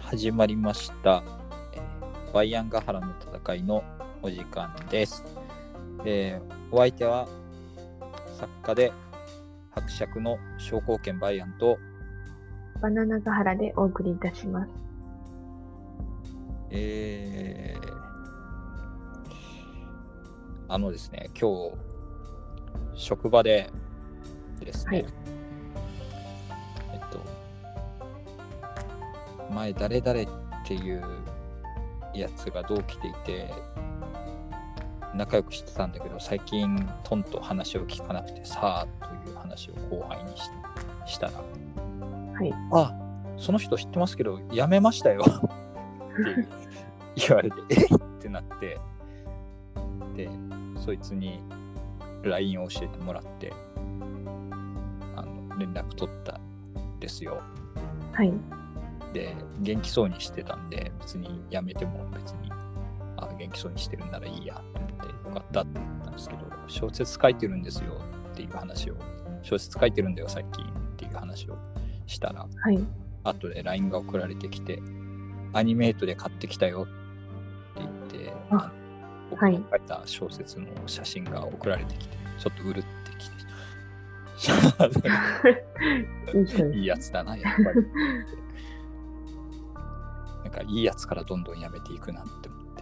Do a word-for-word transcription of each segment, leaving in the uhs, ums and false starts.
始まりました、えー、バイアンガハラの戦いのお時間です、えー、お相手は作家で伯爵の商工研バイアンとバナナガハラでお送りいたします。 えー、あのですね今日職場でですね、はい、えっと前誰々っていうやつが同期でいて仲良くしてたんだけど最近トンと話を聞かなくてさあという話を後輩に し, したら、 はい、 あその人知ってますけど辞めましたよって言われてえってなってでそいつに ライン を教えてもらってあの連絡取ったんですよ。 はいで元気そうにしてたんで別に辞めても別にあ元気そうにしてるんならいいやと思ってよかったって言ったんですけど小説書いてるんですよっていう話を小説書いてるんだよ最近っていう話をしたら、 はい、 後で ライン が送られてきてアニメートで買ってきたよって言ってあ僕が書いた小説の写真が送られてきて、はい、ちょっとうるってきていいやつだなやっぱりなんかいいやつからどんどんやめていくなって思って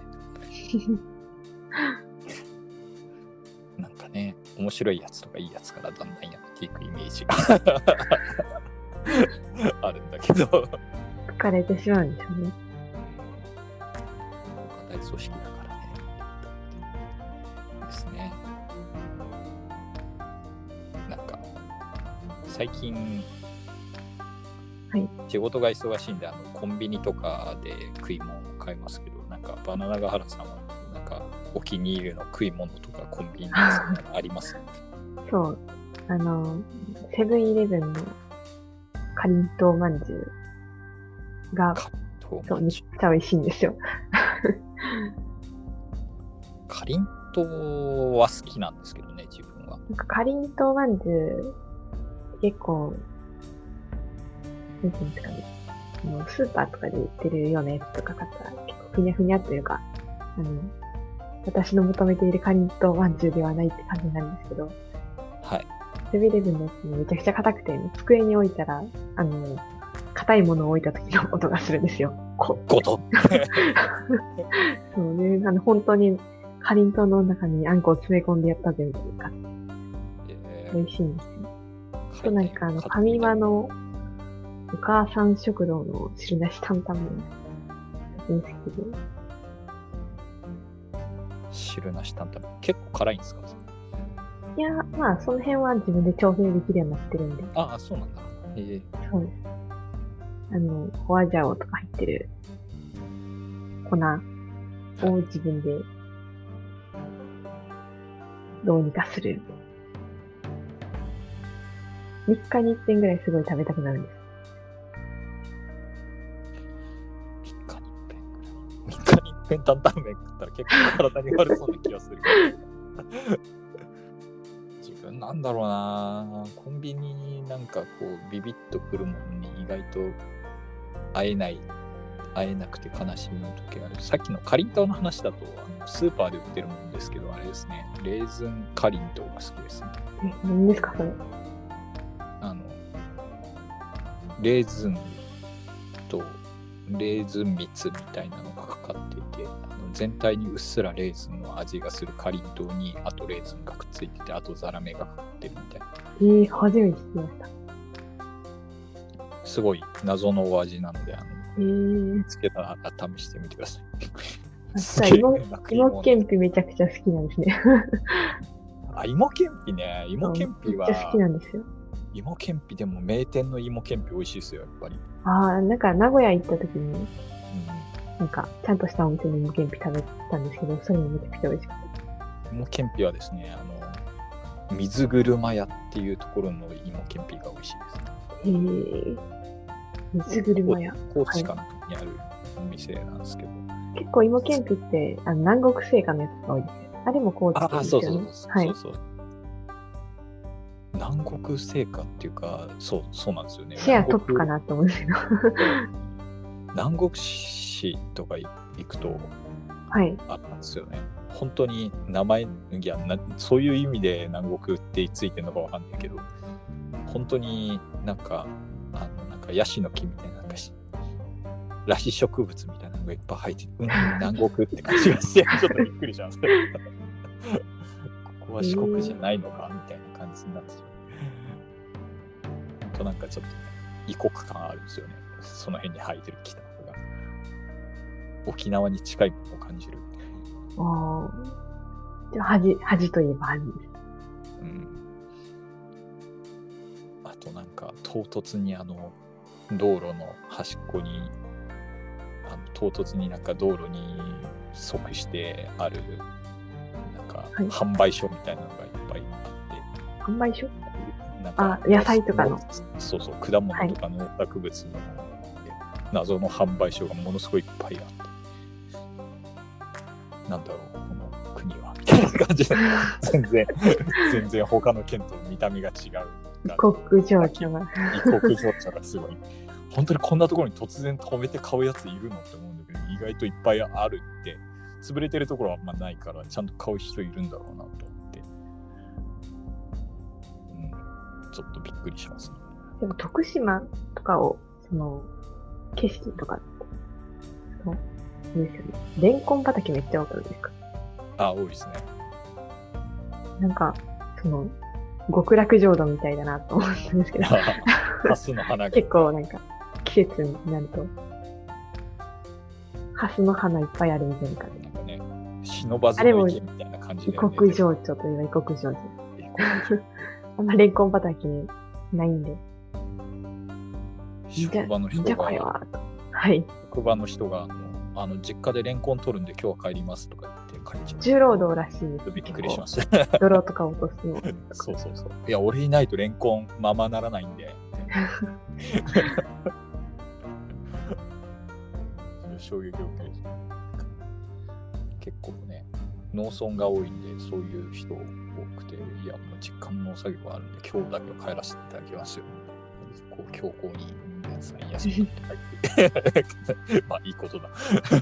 なんかね面白いやつとかいいやつからだんだんやめていくイメージがあるんだけど疲れてしまうんでしょうね。 大組織だからねですね。なんか最近はい、 仕事が忙しいんであのコンビニとかで食い物を買いますけどなんかバナナガハラさんはなんかお気に入りの食い物とかコンビニありますそうあのセブンイレブンのかりんとうまんじゅうがそうめっちゃ美味しいんですよかりんとうは好きなんですけどね自分は。 なんかかりんとうまんじゅう結構なんていうんですかねもうスーパーとかで売ってるようなやつとか買ったら結構ふにゃふにゃというかあの私の求めているかりんとうまんじゅうではないって感じなんですけど、 はい。 セブンイレブンのやつめちゃくちゃ硬くて机に置いたらあの硬いものを置いた時の音がするんですよ。 こ音そうねあの本当にかりんとうの中にあんこを詰め込んでやったぜみたいな感じ、えー、美味しいんですよ。あとなんかあのファミマのお母さん食堂の汁なし担々麺大好きで。 汁なし担々麺結構辛いんですか？ いやまあその辺は自分で調整できるようになってるんで。 ああそうなんだ。へえ。 そうです。あのホワジャオとか入ってる粉を自分でどうにかする。みっかにいっぺんぐらいすごい食べたくなるんです。 みっかにいっぺんぐらい。みっかにいっぺん担々麺食ったら結構体に悪そうな気がする。自分なんだろうなコンビニになんかこうビビッとくるものに意外と会えない会えなくて悲しみの時ある。さっきのかりんとうの話だとあのスーパーで売ってるものですけどあれですねレーズンかりんとうが好きですね。 え何ですかそれ？ あのレーズンとレーズン蜜みたいなのがかかっていてあの全体にうっすらレーズンの味がするかりんとうにあとレーズンがくっついててあとザラメがかかってるみたいな。 えー、初めて聞きました。 すごい謎のお味なのであの、 えー、 見つけたら試してみてください。 あ芋芋けんぴめちゃくちゃ好きなんですね。 あ芋けんぴね芋けんぴはめっちゃ好きなんですよ。 芋けんぴでも名店の芋けんぴ美味しいですよやっぱり。 ああなんか名古屋行った時に、うん、なんかちゃんとしたお店の芋けんぴ食べたんですけどそれもめちゃくちゃ美味しかった。 芋けんぴはですねあの水車屋っていうところの芋けんぴが美味しいです。 へえ。水車屋。 高知かなんかにあるお店なんですけど、はい、 結構芋けんぴってあの南国製菓のやつが多いですよ。あれも高知ですよね。 ああそうそうそうそう、はい、そうそう南国製菓っていうかそうそうなんですよね。 シェアトップかなと思うんですけど南国市とか行くと、 はい。 あったんですよね。本当に名前、いやな、そういう意味で南国ってついてるのかわかんないけど、本当になんか、あのなんかヤシの木みたいな、なんかし、裸子植物みたいなのがいっぱい生えて、うん、南国って感じがして、ちょっとびっくりしました。ここは四国じゃないのかみたいな感じになってしまう。本当なんかちょっと、ね、異国感あるんですよね。その辺に生えてる木とかが。沖縄に近いものを感じる。 おー。じゃあ、恥、恥といえば恥です。 うん。あとなんか唐突にあの道路の端っこにあの唐突になんか道路に即してあるなんか販売所みたいなのがいっぱいあって、 販売所？ なんかあ、野菜とかの。 そうそう、果物とか農作物の、はい、謎の販売所がものすごいいっぱいあって、なんだろうこの国はみたいな感じで全然全然他の県と見た目が違う。 異国情緒が異国情緒がすごい。本当にこんなところに突然止めて買うやついるのって思うんだけど、意外といっぱいあるって、潰れてるところはあんまないからちゃんと買う人いるんだろうなと思って、うん、ちょっとびっくりしますね。 でも徳島とかをその景色とかってそうですよね。レンコン畑めっちゃ多くないですか？ あ、多いですね。 なんかその極楽浄土みたいだなと思ったんですけどハスの花が結構なんか季節になるとハスの花いっぱいあるみたいな感じ。 なんかね、忍ばずの池みたいな感じで、ね、 異国情緒といえば異国情緒。あんまレンコン畑ないんで。 職場の人が、 じゃこれははい。 職場の人があのあの実家でレンコン取るんで今日は帰りますとか言って帰っちゃう。 重労働らしいです。 びっくりしました。 泥とか落とすの。 そうそうそう。いや、俺いないとレンコンままならないんで。衝撃を受ける。結構ね、農村が多いんで、そういう人多くて、いや、もう実家の農作業があるんで、今日だけは帰らせていただきますよ。こう強行に皆さん休みに入って。まあ、いいことだ。親孝行。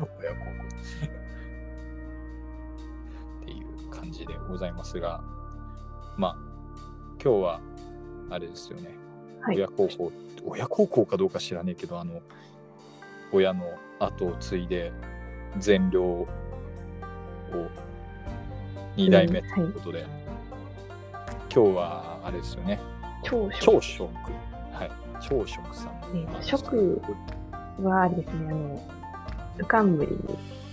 っていう感じでございますが、まあ、今日は、あれですよね。はい、親孝行、親孝行かどうか知らねえけど、あの、親の後を継いで善良をに代目ということで、うんはい、今日はあれですよね。 朝食。 朝食。はい。朝食さん。 えー、食はあれですね、あの、うかんむりに。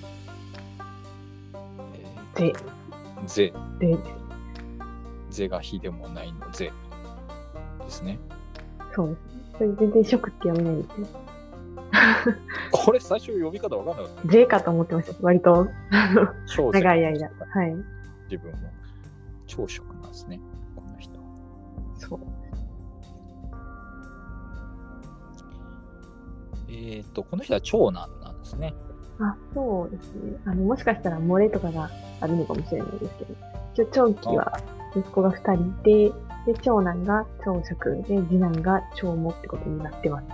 ぜ。ぜ。 ぜ。 ぜがひでもないのぜ。ですね。 そうですね。それ全然食って読めないんですよ。 これ最初読み方わかんなかった、 ね。J かと思ってました。割と長い間。はい。 自分も朝食なんですね。この人。 そう。 えっとこの人は長男なんですね。 あ、そうですね。あのもしかしたら漏れとかがあるのかもしれないですけど、一応長期は息子がふたりで、で長男が朝食で次男が長母ってことになってます。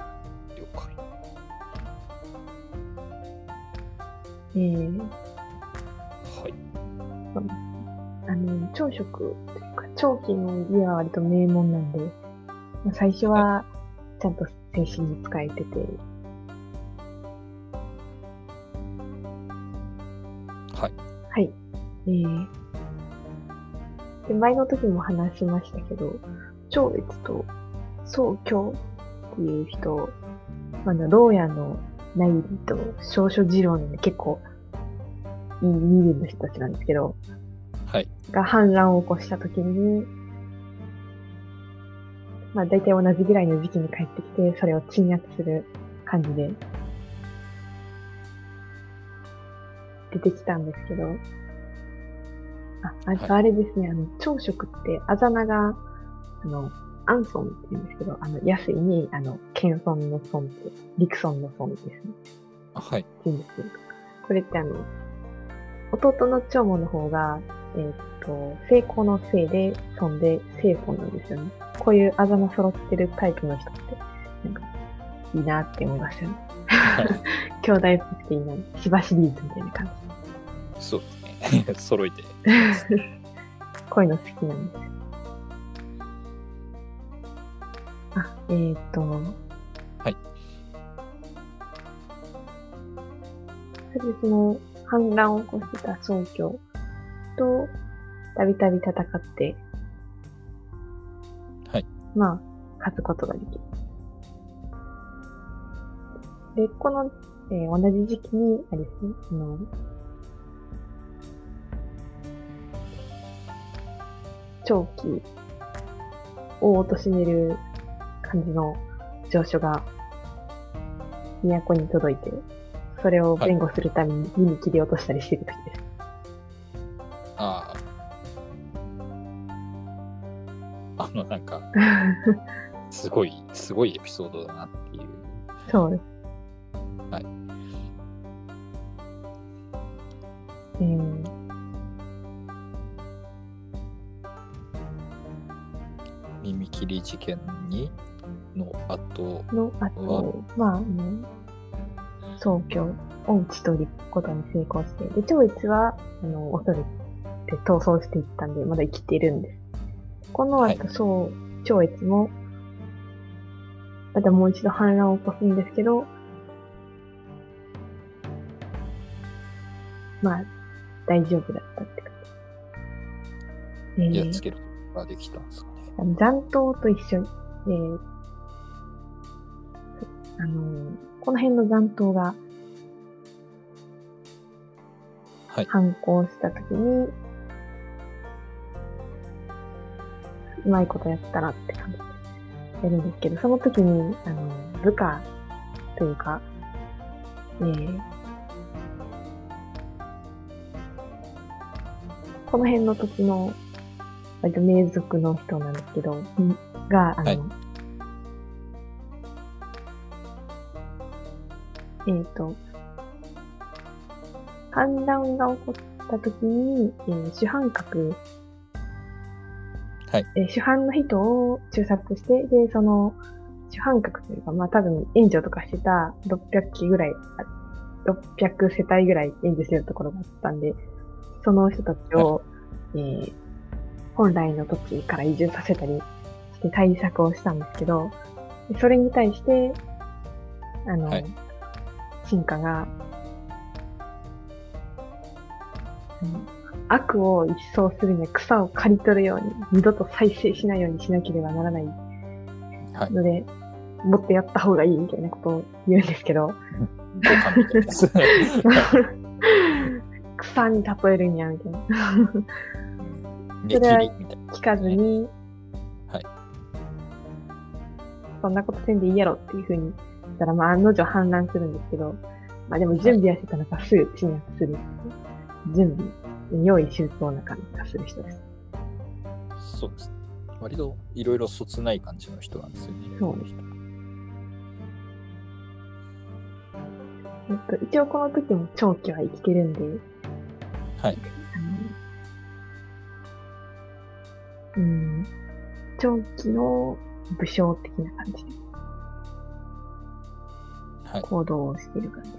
えー、はい。あの朝食というか長期の家は割と名門なんで、まあ、最初はちゃんと精神に使えてて、 はい。 はい。えー、で前の時も話しましたけど、超越と宗教っていう人、あの牢屋の内裏と少々二郎なんで結構いい身分の人たちなんですけど、 はい。 が反乱を起こしたときに、まあ大体同じぐらいの時期に帰ってきて、それを鎮圧する感じで出てきたんですけど、あ、あとあれですね、はい、あの、朝食ってあざ名が、あの、アンソンって言うんですけど、あの、安いに、あの、謙遜の孫って、陸尊の孫ですね。 はい。 言うんですけど、これってあの、弟の長母の方が、えー、っと、成功のせいで、孫で、聖孫なんですよね。こういうあざ名揃ってるタイプの人って、なんか、 いいなって思いましたよね。兄弟っぽくていいな。芝シリーズみたいな感そうですね。揃えて。 じ。こういうの好きなんですよ。あ、えーと。 はい。 それでその反乱を起こしてた宗教とたびたび戦って、 はい。 まあ、勝つことができる。で、この、えー同じ時期に、あれですね、あの、長期を貶める感じの上書が都に届いて、それを弁護するために見に切り落としたりしてる時です。 ああ。あの、なんか、すごい、すごいエピソードだなっていう。 そうです。 はい。 えー、 耳切り事件にの後の後、まあ、あの、宗教を討ち取ることに成功して、で、超越は、あの、恐れて逃走していったんで、まだ生きてるんです。このはい後、そう、超越も、またもう一度反乱を起こすんですけど、まあ、大丈夫だったって感じ。えーやっつけることができたんですかね。 あの残党と一緒に、えーあのーこの辺の残党がはい。 反抗したときに、うまいことやったなって感じでやるんですけど、その時に、あの、部下というか、えーこの辺の時の、割と名族の人なんですけど、んが、あの、 はいえっ、と、反乱が起こった時に、えー主犯格、 はいえー主犯の人を中殺して、で、その、主犯格というか、まあ多分援助とかしてたろっぴゃくきぐらい、あろっぴゃく世帯ぐらい援助してるところがあったんで、その人たちを、えー本来の土地から移住させたりして対策をしたんですけど、でそれに対して、あの、 はい進化が、うん悪を一掃するには草を刈り取るように、二度と再生しないようにしなければならないはい。 ので、もっとやった方がいいみたいなことを言うんですけど、 ご飯みたいです。 草に例えるにゃ、みたいな。 目切りみたいな。 聞かずに、 はい。 そんなことせんでいいやろっていう風に言ったら、まあ案の定反乱するんですけど、まあでも準備はしてたのかすぐ鎮圧する。準備、用意周到な感じがする人です。 そうですね。割といろいろそつない感じの人なんですよね。 そうです。えっと、一応この時も長期は生きてるんで、 はい。 あの、うん、長期の武将的な感じではい。 行動をしている感じ。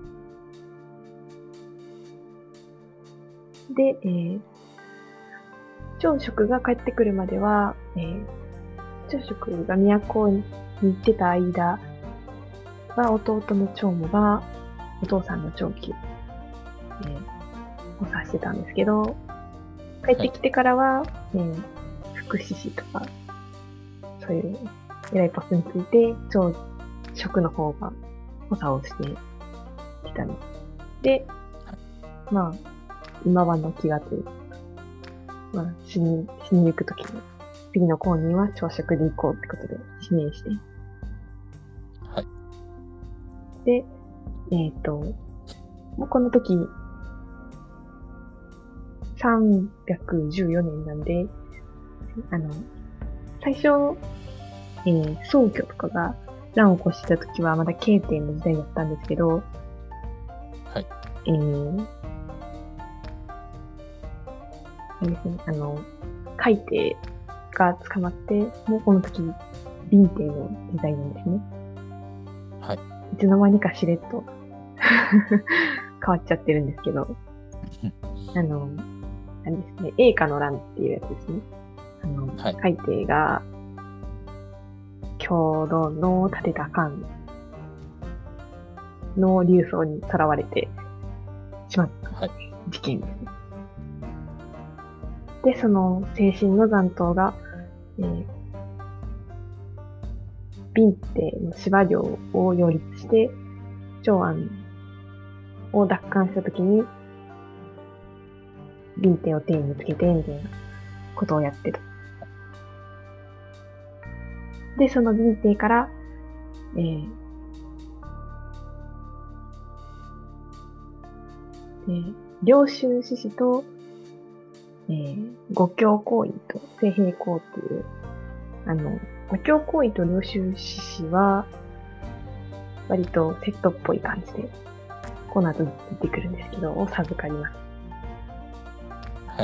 で、えー、長職が帰ってくるまでは、えー、長職が都に行ってた間は弟の長母がお父さんの長期、えー、を指してたんですけど、帰ってきてからは、えー、福祉士とか、そういう偉いポストについて、長職の方が補佐をしてきたんです。で、まあ、今はの気がというか、まあ、死に、死に行くときに、次の後任は朝食で行こうってことで指名して。 はい。 で、えっ、と、もうこの時、さんびゃくじゅうよねんなんで、あの、最初、えー、宗教とかが乱を起こした時はまだ慶典の時代だったんですけど、 はい。 えー、あれですね、あの、海帝が捕まって、もうこの時、臨帝の時代なんですね。 いつの間にかしれっと変わっちゃってるんですけど、あの、あれですね、栄華の乱っていうやつですね。あの、 はい、 海底が、郷土の立てた間の流層に囚われてしまった事件ですね。はい、で、その精神の残党が、えー、ビンテの司馬領を擁立して、長安を奪還したときに、ビンテを手につけて、みたいなことをやってた。で、そのビンテから、えーえー、領州志士と、えー、五教行為と聖平公っていう、あの、五教行為と領州志士は、割とセットっぽい感じで、この後出てくるんですけど、を授かります。 はい。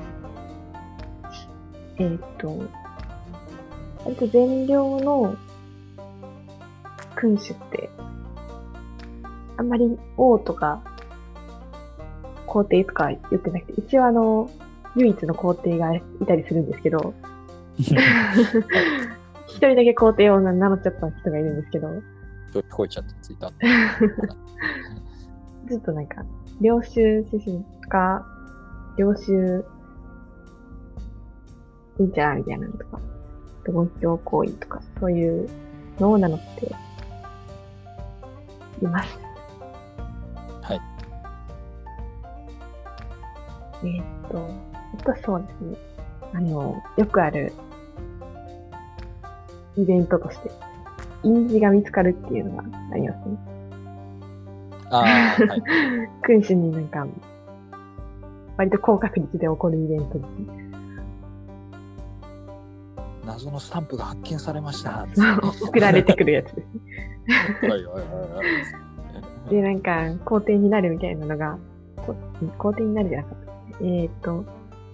えーっと、割と善良の君主って、あんまり王とか皇帝とか言ってなくて、一応あの、唯一の皇帝がいたりするんですけど、一人だけ皇帝を名乗っちゃった人がいるんですけど、 聞こえちゃってついた。 ずっとなんか、領州志士とか、領州いいんちゃうみたいなのとか、五教行為とか、そういうのを名乗っています。 はい。 えー、っと、あとそうですね。あの、よくあるイベントとして、印字が見つかるっていうのがありますね。 ああ、はい。 君主になんか、割と高確率で起こるイベントですね。 謎のスタンプが発見されました。 送られてくるやつですね。 はいはいはいはい。 で、なんか、皇帝になるみたいなのが、皇帝になるじゃなかった。えー、っと、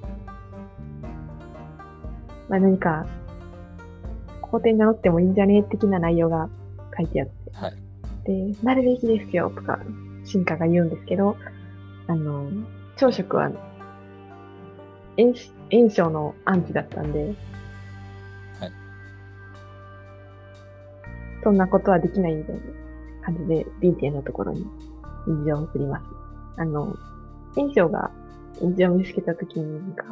まあ、何か、皇帝に名乗ってもいいんじゃね的な内容が書いてあって。 はい、 で、なるべきですよとか、臣下が言うんですけど、あの、朝食は、炎炎症のアンチだったんで、 はい、 そんなことはできないみたいな感じで、ビンティのところに印字を送ります。あの、炎症が印字を見つけたときに、なんか、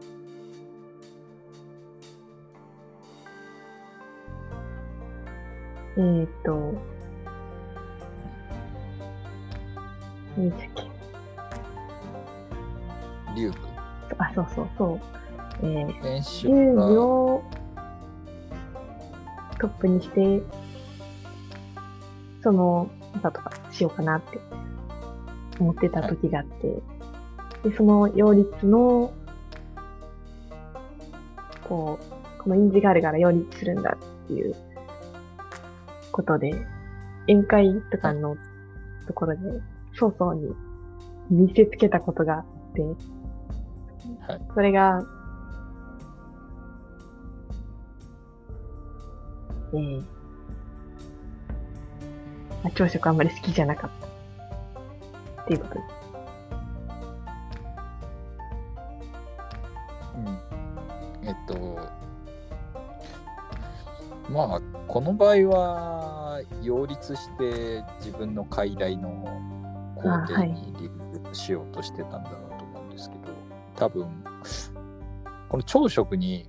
えーっと、何でしたっけ。 竜部。 あ、そうそうそう。えー、 練習竜部をトップにして、その、歌とかしようかなって思ってた時があって、はい、で、その擁立の、こう、この印字があるから擁立するんだっていうことで、宴会とかのところで、曹操に見せつけたことがあって、 はい、 それが、えー、まあ、朝食あんまり好きじゃなかったっていうことです。 うん、えっとまあこの場合は擁立して自分の傀儡の皇帝に立候しようとしてたんだろうと思うんですけど、はい、多分この朝食に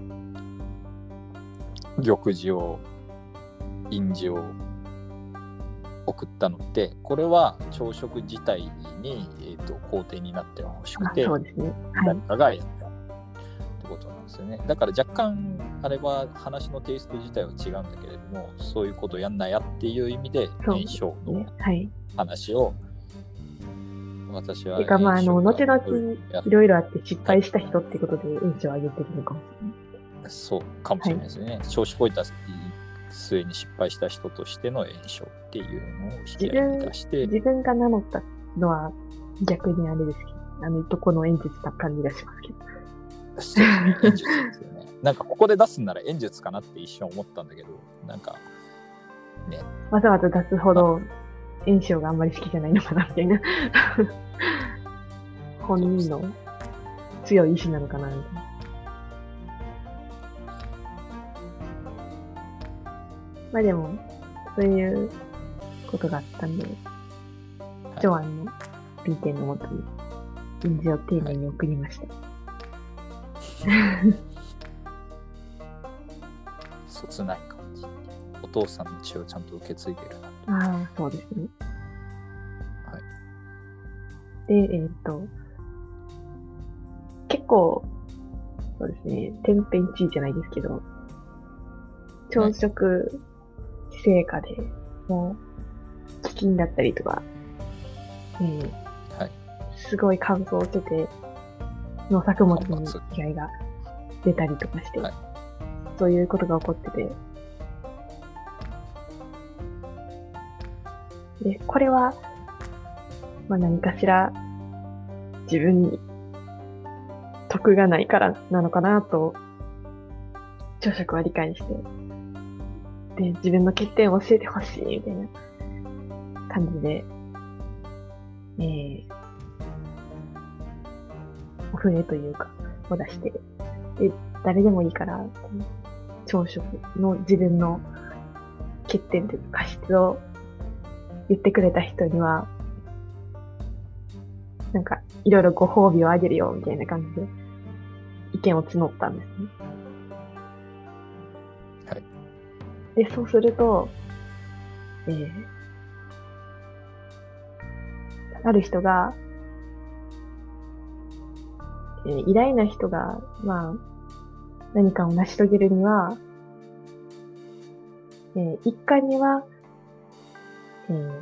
玉璽を印字を送ったのって、これは朝食自体に、えーと、皇帝になってほしくて、 そうですね、はい、 誰かがやったってことなんですよね。だから若干あれは話のテイスト自体は違うんだけれども、そういうことやんなやっていう意味で炎章の話を、私は。 てかまああの後々いろいろあって失敗した人ってことで炎章を上げてるのかもしれない。 そうかもしれないですね。調子こいた末に失敗した人としての炎症っていうのを引き合いに出して、 自分が名乗ったのは逆にあれですけど、あのとこの演説な感じがしますけど。 そうですね、演術ですよね。なんかここで出すんなら演術かなって一瞬思ったんだけど、なんかね。 わざわざ出すほど炎症があんまり好きじゃないのかなみたいな本人の強い意志なのかなみたいな。まあでもそういうことがあったんで、ジョアンの ビーテン のもとに印字を丁寧に送りました。 そつない感じ。お父さんの血をちゃんと受け継いでるな。 ああ、そうですね。 はい。 で、えーっと、結構、そうですね、天変地異じゃないですけど、朝食、私生活で、もう、飢饉だったりとか、えーはい、 すごい乾燥してて、農作物に被害が出たりとかして、はい、そういうことが起こってて、で、これは、まあ何かしら自分に得がないからなのかなと、朝食は理解して、で、自分の欠点を教えてほしいみたいな感じで、えー、お船というか、を出して、で、誰でもいいから、朝食の自分の欠点というか過失を言ってくれた人には、なんか、いろいろご褒美をあげるよ、みたいな感じで、意見を募ったんですね。 はい。 で、そうすると、えー、ある人が、えー、偉大な人が、まあ、何かを成し遂げるには、えー、一回には、えー、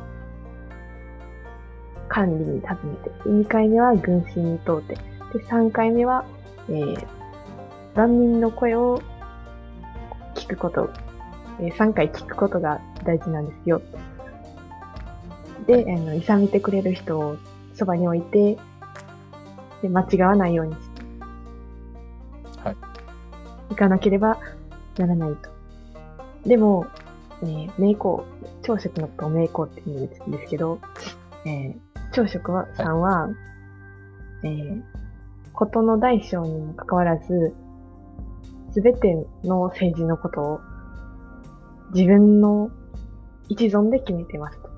管理に尋ねて、二回目は軍神に問うて、で、三回目は、えー、万民の声を聞くこと、えー、三回聞くことが大事なんですよ。で、あの、諌めてくれる人をそばに置いて、で、間違わないようにして、 はい。 行かなければならないと。でも、えー、名工、朝食のことを名工って言うんですけど、えー、朝食は、さんは、はい、えー、ことの大小にもかかわらず、すべての政治のことを自分の一存で決めてますと。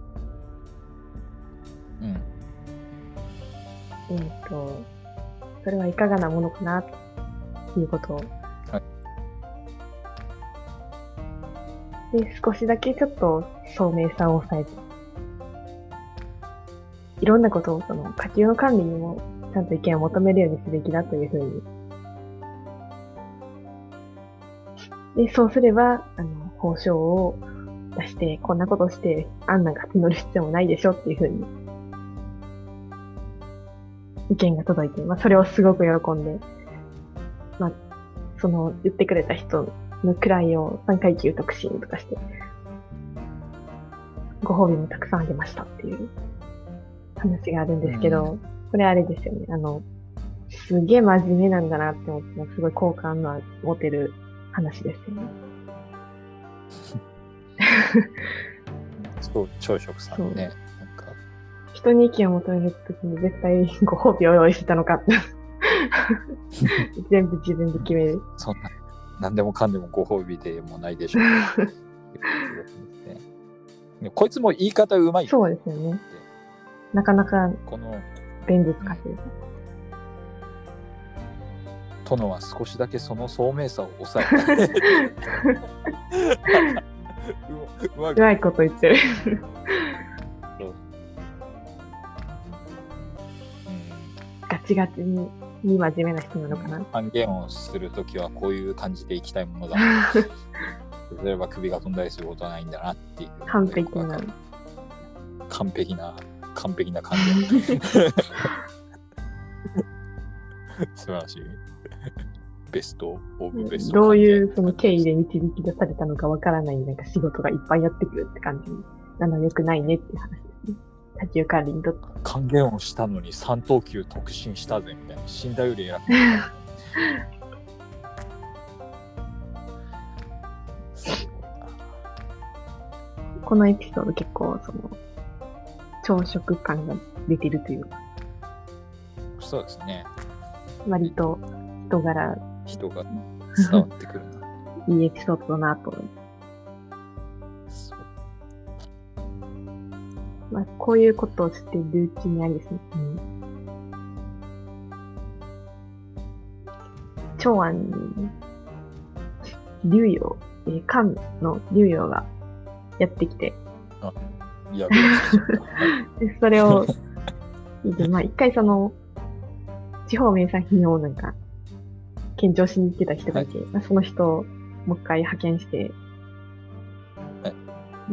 うん。 えっと、それはいかがなものかな、ということを。 はい。 で、少しだけちょっと聡明さを抑えて、いろんなことをその下級の管理にもちゃんと意見を求めるようにすべきだというふうに。で、そうすれば、あの、報奨を出して、こんなことして、あんなんか募る必要もないでしょっていうふうに、意見が届いて、まあ、それをすごく喜んで、まあ、その、言ってくれた人の位をさんかい級特進とかして、ご褒美もたくさんあげましたっていう話があるんですけど、うん、これあれですよね。あの、すげえ真面目なんだなって思って、すごい好感の持てる話ですよね。 そう、朝食さんね。なんか人に意見を求めるときに絶対ご褒美を用意してたのかって。全部自分で決める。 そんな、何でもかんでもご褒美でもないでしょう。ね、こいつも言い方うまい、ね。 そうですよね。なかなかこの便利使ってる。 殿は少しだけその聡明さを抑えてう, う, うまいこと言ってるガチガチに真面目な人なのかな。 還元をするときはこういう感じでいきたいものだ例えば首が飛んだりすることはないんだなっていう完璧な完璧な完璧な還元素晴らしいベストオブベスト。 どういうその経緯で導き出されたのかわからないなんか仕事がいっぱいやってくるって感じなの良くないねっていう話ですね。多級管理にとって。 還元をしたのに三等級特進したぜみたいな。死んだより偉くすごいな。 このエピソード結構その朝食感が出てるというか、 そうですね。 割と人柄人が伝わってくるな。 いいエピソードだなと思う。 そう。 まあ、こういうことをしているうちにあれですね。うん、長安に竜陽、えー、漢の竜陽がやってきて、 あ、やべえ。 でそれを聞いて、まあ一回その地方名産品をなんか献上しに行ってた人がいて、はい、まあ、その人をもう一回派遣して、 はい、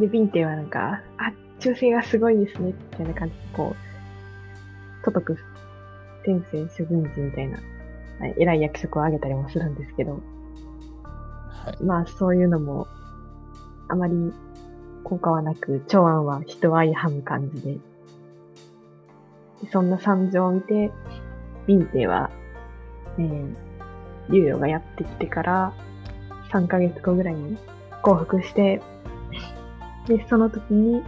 で、ビンテはなんか、あ、忠誠がすごいですね、みたいな感じで、こう、都督天聖諸軍人みたいな、はい、偉い役職をあげたりもするんですけど、 はい、 まあそういうのも、あまり効果はなく、長安は人愛はむ感じで、でそんな惨状を見て、ビンテは、えー、竜陽がやってきてからさんかげつごぐらいに降伏して、で、その時に、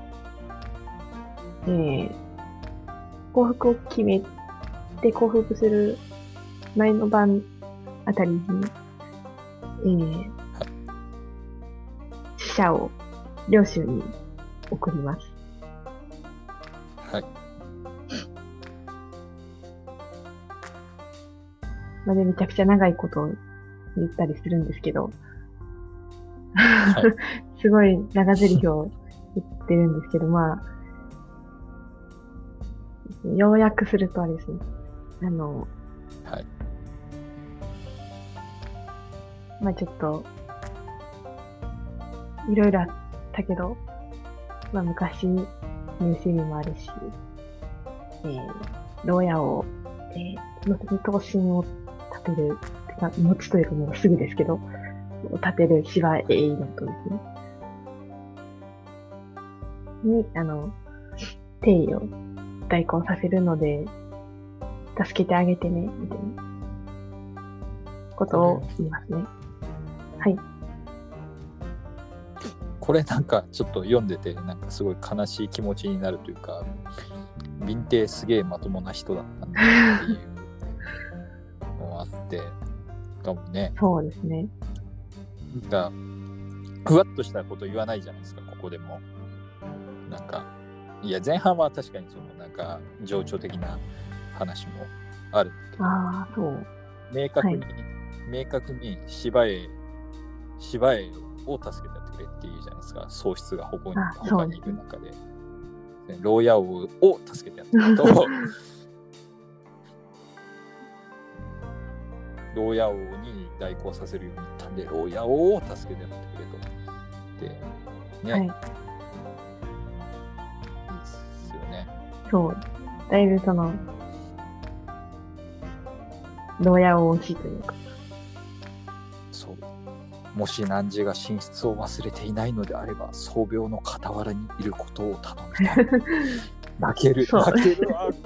えー、降伏を決めて降伏する前の晩あたりに、えー、使者を領主に送ります。 はい。 まあ、でめちゃくちゃ長いことを言ったりするんですけど、 はい、 すごい長台詞を言ってるんですけど、まあ、要約するとあれですね、あの、 はい、 まあちょっと、いろいろあったけど、まあ昔、入試にもあるし、えー、牢屋を、えー、の刀身を立てる、後というかもうすぐですけど、立てる芝栄のとですね。に、あの、定位を代行させるので、助けてあげてね、みたいなことを言いますね。はい。 これなんかちょっと読んでて、なんかすごい悲しい気持ちになるというか、ビンテすげえまともな人だったんだっていうのもあって、かもね。 そうですね。 なんか、ふわっとしたこと言わないじゃないですか、ここでも。なんか、いや、前半は確かにその、なんか、情緒的な話もあるんだけど、 ああ、そう。 明確に、 はい、 明確に芝栄、芝栄を助けてやってくれっていうじゃないですか、喪失が他に他にいる中で。牢屋王を助けてやってくれと、牢屋王に代行させるように言ったんで、牢屋王を助けてやってくれと。で、ね。はい、いいですよね。 そう。だいぶその、牢屋王推しというか。 そう。もし汝が寝室を忘れていないのであれば、宗廟の傍らにいることを頼みたい。泣ける、泣けるわ。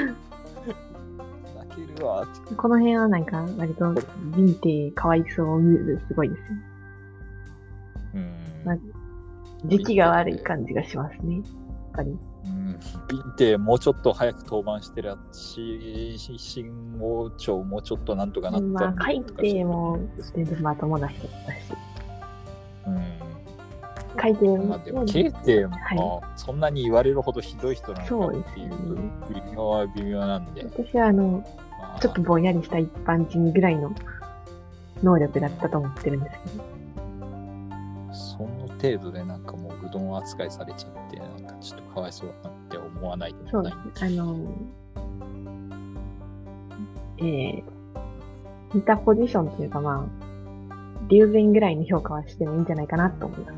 泣けるわ。 この辺はなんか、割と、ビンテかわいそうを見るすごいですよね。うん。まあ、時期が悪い感じがしますね。やっぱり。 うん、ビンテもうちょっと早く登板してるし、新王朝もうちょっとなんとかなったまあ、海底も全然まともな人だし。 うん。 海底も。 まあでも、ケイテもそんなに言われるほどひどい人なのかっていうと、微妙は微妙なんで。 私はあの、まあ、ちょっとぼんやりした一般人ぐらいの能力だったと思ってるんですけど。 その程度でなんかもううどん扱いされちゃって、なんかちょっとかわいそうだなって思わないでもないんです。 そうです。あの、えー、似たポジションというかまあ、龍禅ぐらいの評価はしてもいいんじゃないかなと思います。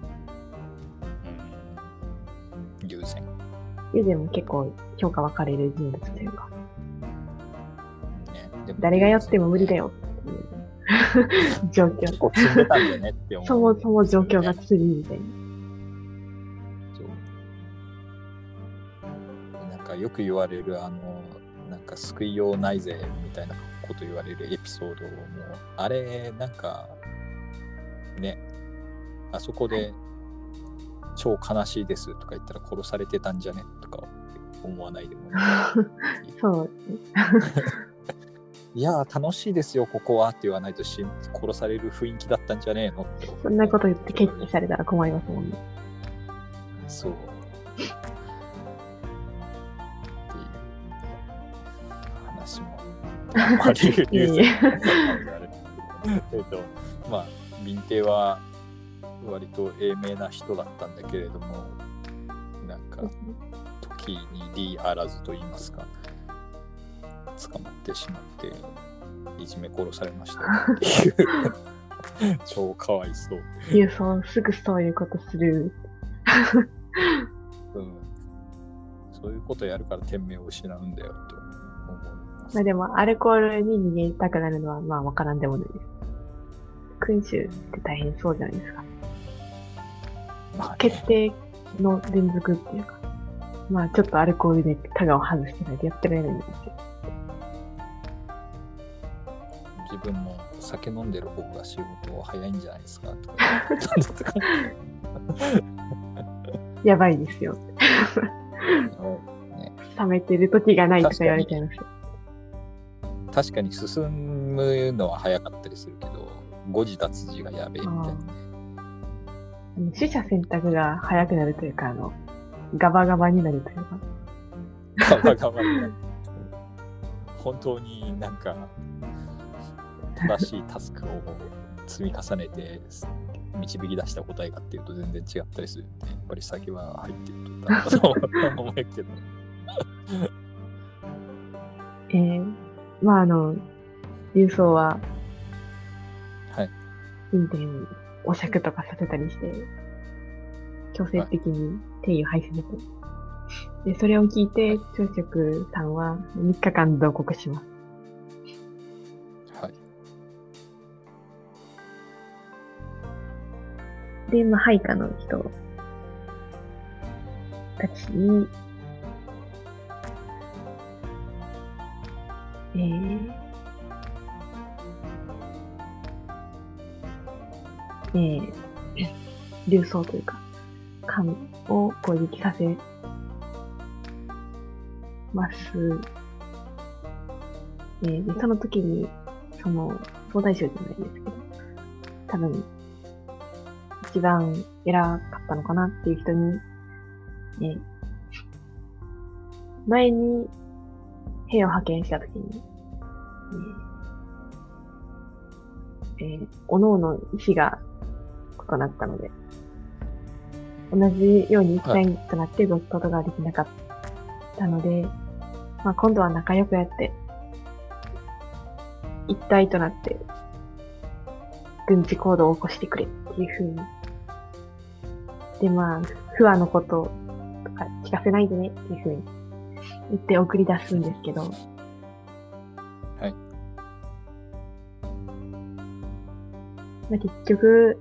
うん。龍禅。 龍禅も結構評価分かれる人物というか。 ね、でも誰がやっても無理だよっていう状況。 結構積んでたんだよねって思う、 そもそも状況がつりみたいな。 なんかよく言われるあのなんか救いようないぜみたいなこと言われるエピソードもあれなんかねあそこで超悲しいですとか言ったら殺されてたんじゃねとか思わないでもそういやー楽しいですよここはって言わないとし殺される雰囲気だったんじゃねえのって。 そんなこと言って決起されたら困りますもんね。 そうっていう話もあまり言うニュースえっとまあ民邸は割と英明な人だったんだけれども、なんか時に利あらずと言いますか捕まってしまっていじめ殺されましたっていう超かわいそう。 いや、そうすぐそういうことする、 うん、そういうことやるから天命を失うんだよと思います。 まあでもアルコールに逃げたくなるのはまあわからんでもないです。君主って大変そうじゃないですか。 まあね、 決定の連続っていうか、まあちょっとアルコールでタガを外してないとやってられないんですよ。 自分も酒飲んでる方が仕事早いんじゃないですかとかやばいですよ。ね、冷めてる時がないとか言われちゃいますよ。 確かに進むのは早かったりするけど、誤字脱字がやべえみたいなね。 取捨選択が早くなるというか、あの、ガバガバになるというか。 ガバガバになる。本当になんか、正しいタスクを積み重ねて導き出した答えかっていうと全然違ったりするんで、やっぱり酒は入ってるとだと思うけど。 えー、まああの、郵送は、 はい。 運転お酌とかさせたりして、強制的に定位を廃止すると。で、それを聞いて、朝食さんはみっかかん同国します。 はい。 で、まあ、配下の人たちに、えー、えー、流走というか、艦を攻撃させます。えー、でその時に、その、総大将じゃないですけど、多分、一番偉かったのかなっていう人に、えー、前に兵を派遣した時に、えーえー、おのおの意志が異なったので、同じように一体となって動くことができなかったので、はい、まあ今度は仲良くやって、一体となって、軍事行動を起こしてくれっていう風に。で、まあ、不和のこととか聞かせないでねっていう風に言って送り出すんですけど、はい。まあ、結局、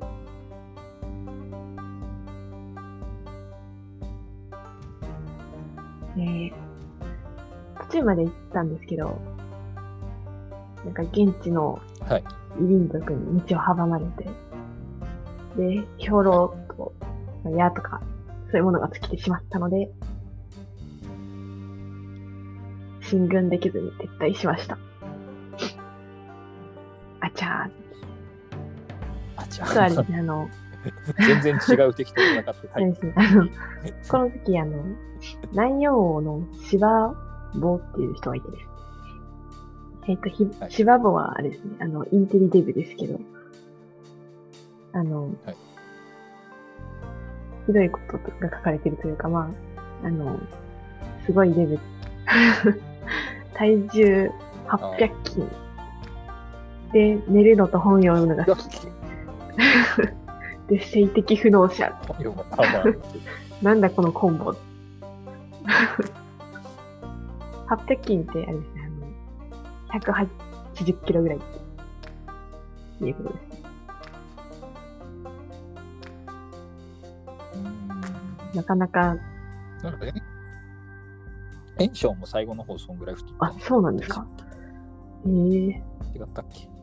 えー、途中まで行ったんですけど、なんか現地の異民族に道を阻まれて、で、兵糧と矢とか、そういうものが尽きてしまったので、進軍できずに撤退しました。あちゃー。 あちゃー。そうあれですね、あの、 全然違う敵と戦ってそうですね、あの、この時、あの、南洋王の芝坊っていう人がいてですね。えっ、ー、と、ひ、はい、芝坊はあれですね、あの、インテリデブですけど、あの、はい、ひどいことが書かれてるというか、まあ、あの、すごいデブ。体重はっぴゃくキロ。で、寝るのと本読むのが好き。で、性的不能者。なんだこのコンボ。はっぴゃくきんってあれですね、あの、ひゃくはちじゅっキロぐらいっていうことですね。なかなか。 なんかね、炎章も最後の放送ぐらい太った。 あ、そうなんですか。ええー。 違ったっけ。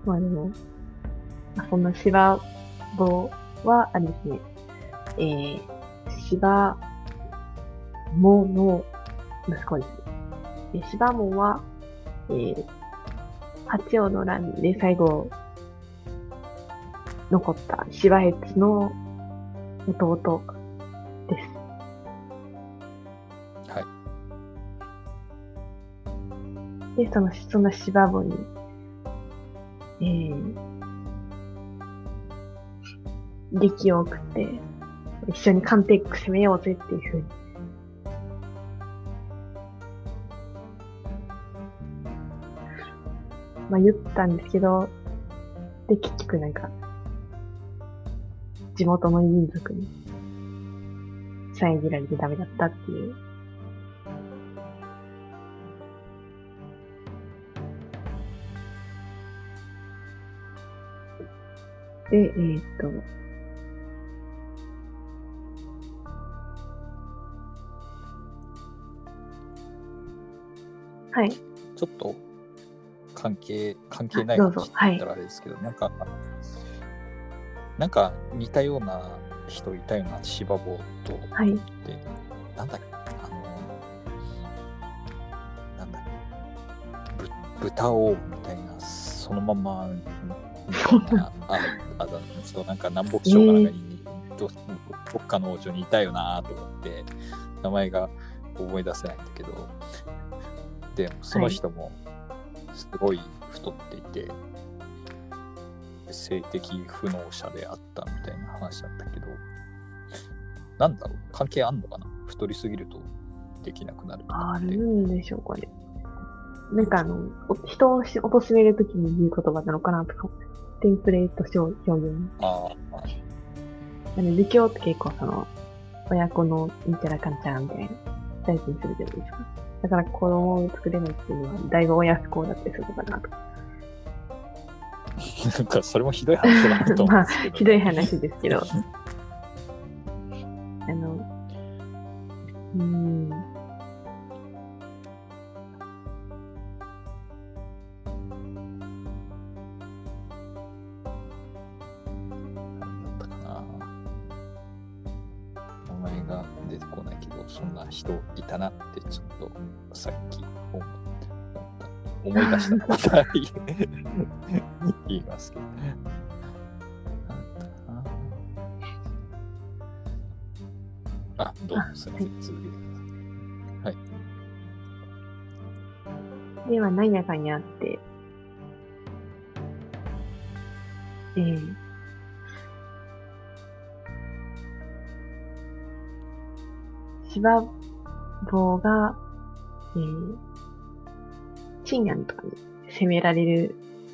まあでも、まあ、そんな芝坊は、あれですね、えー、芝もの息子ですね。で芝門は、えー、八王の乱で最後残った芝越の弟です。 はい。 で、その、その芝門に、えー、劇を送って、一緒に鑑定攻めようぜっていう風に。まあ言ったんですけど、で、結局なんか、地元の民族に遮られてダメだったっていう。で、えー、っと、はい。 ちょっと関係関係あない話ってどうぞ。はい。 言ったらあれですけど、なんかなんか似たような人いたような芝坊とはい。 で、なんだっけ、あのなんだっけ、ぶ豚王みたいな、そのままみたいなああだちょっとなんか南北朝かなんかに、どどっかの王女にいたよなと思って名前が思い出せないんだけど、でその人もすごい太っていて、性的不能者であったみたいな話だったけど、なんだろう、関係あんのかな、太りすぎるとできなくなるとかあるって。 んでしょうかね。なんかあの、お人をし貶めるときに言う言葉なのかなとか、テンプレート表現。 ああ、 あの、儒教って結構その、親子のうんちゃらかんちゃらみたいな、大事にするじゃないですか。だから子供を作れないっていうのは、だいぶ親不孝だったりするのかなと。 なんかそれもひどい話だと思うんですけど、 まあ、ひどい話ですけど。あの、うーん。 なんだったかな、名前が出てこないけど、そんな人いたなってちょっとさっき思った思い出したらまた言いますけど、なんだったかなあ、どうぞすいません、続けてください。はい。 では、なんやかんやあって、えー、芝坊が、えー、陳安とかに攻められる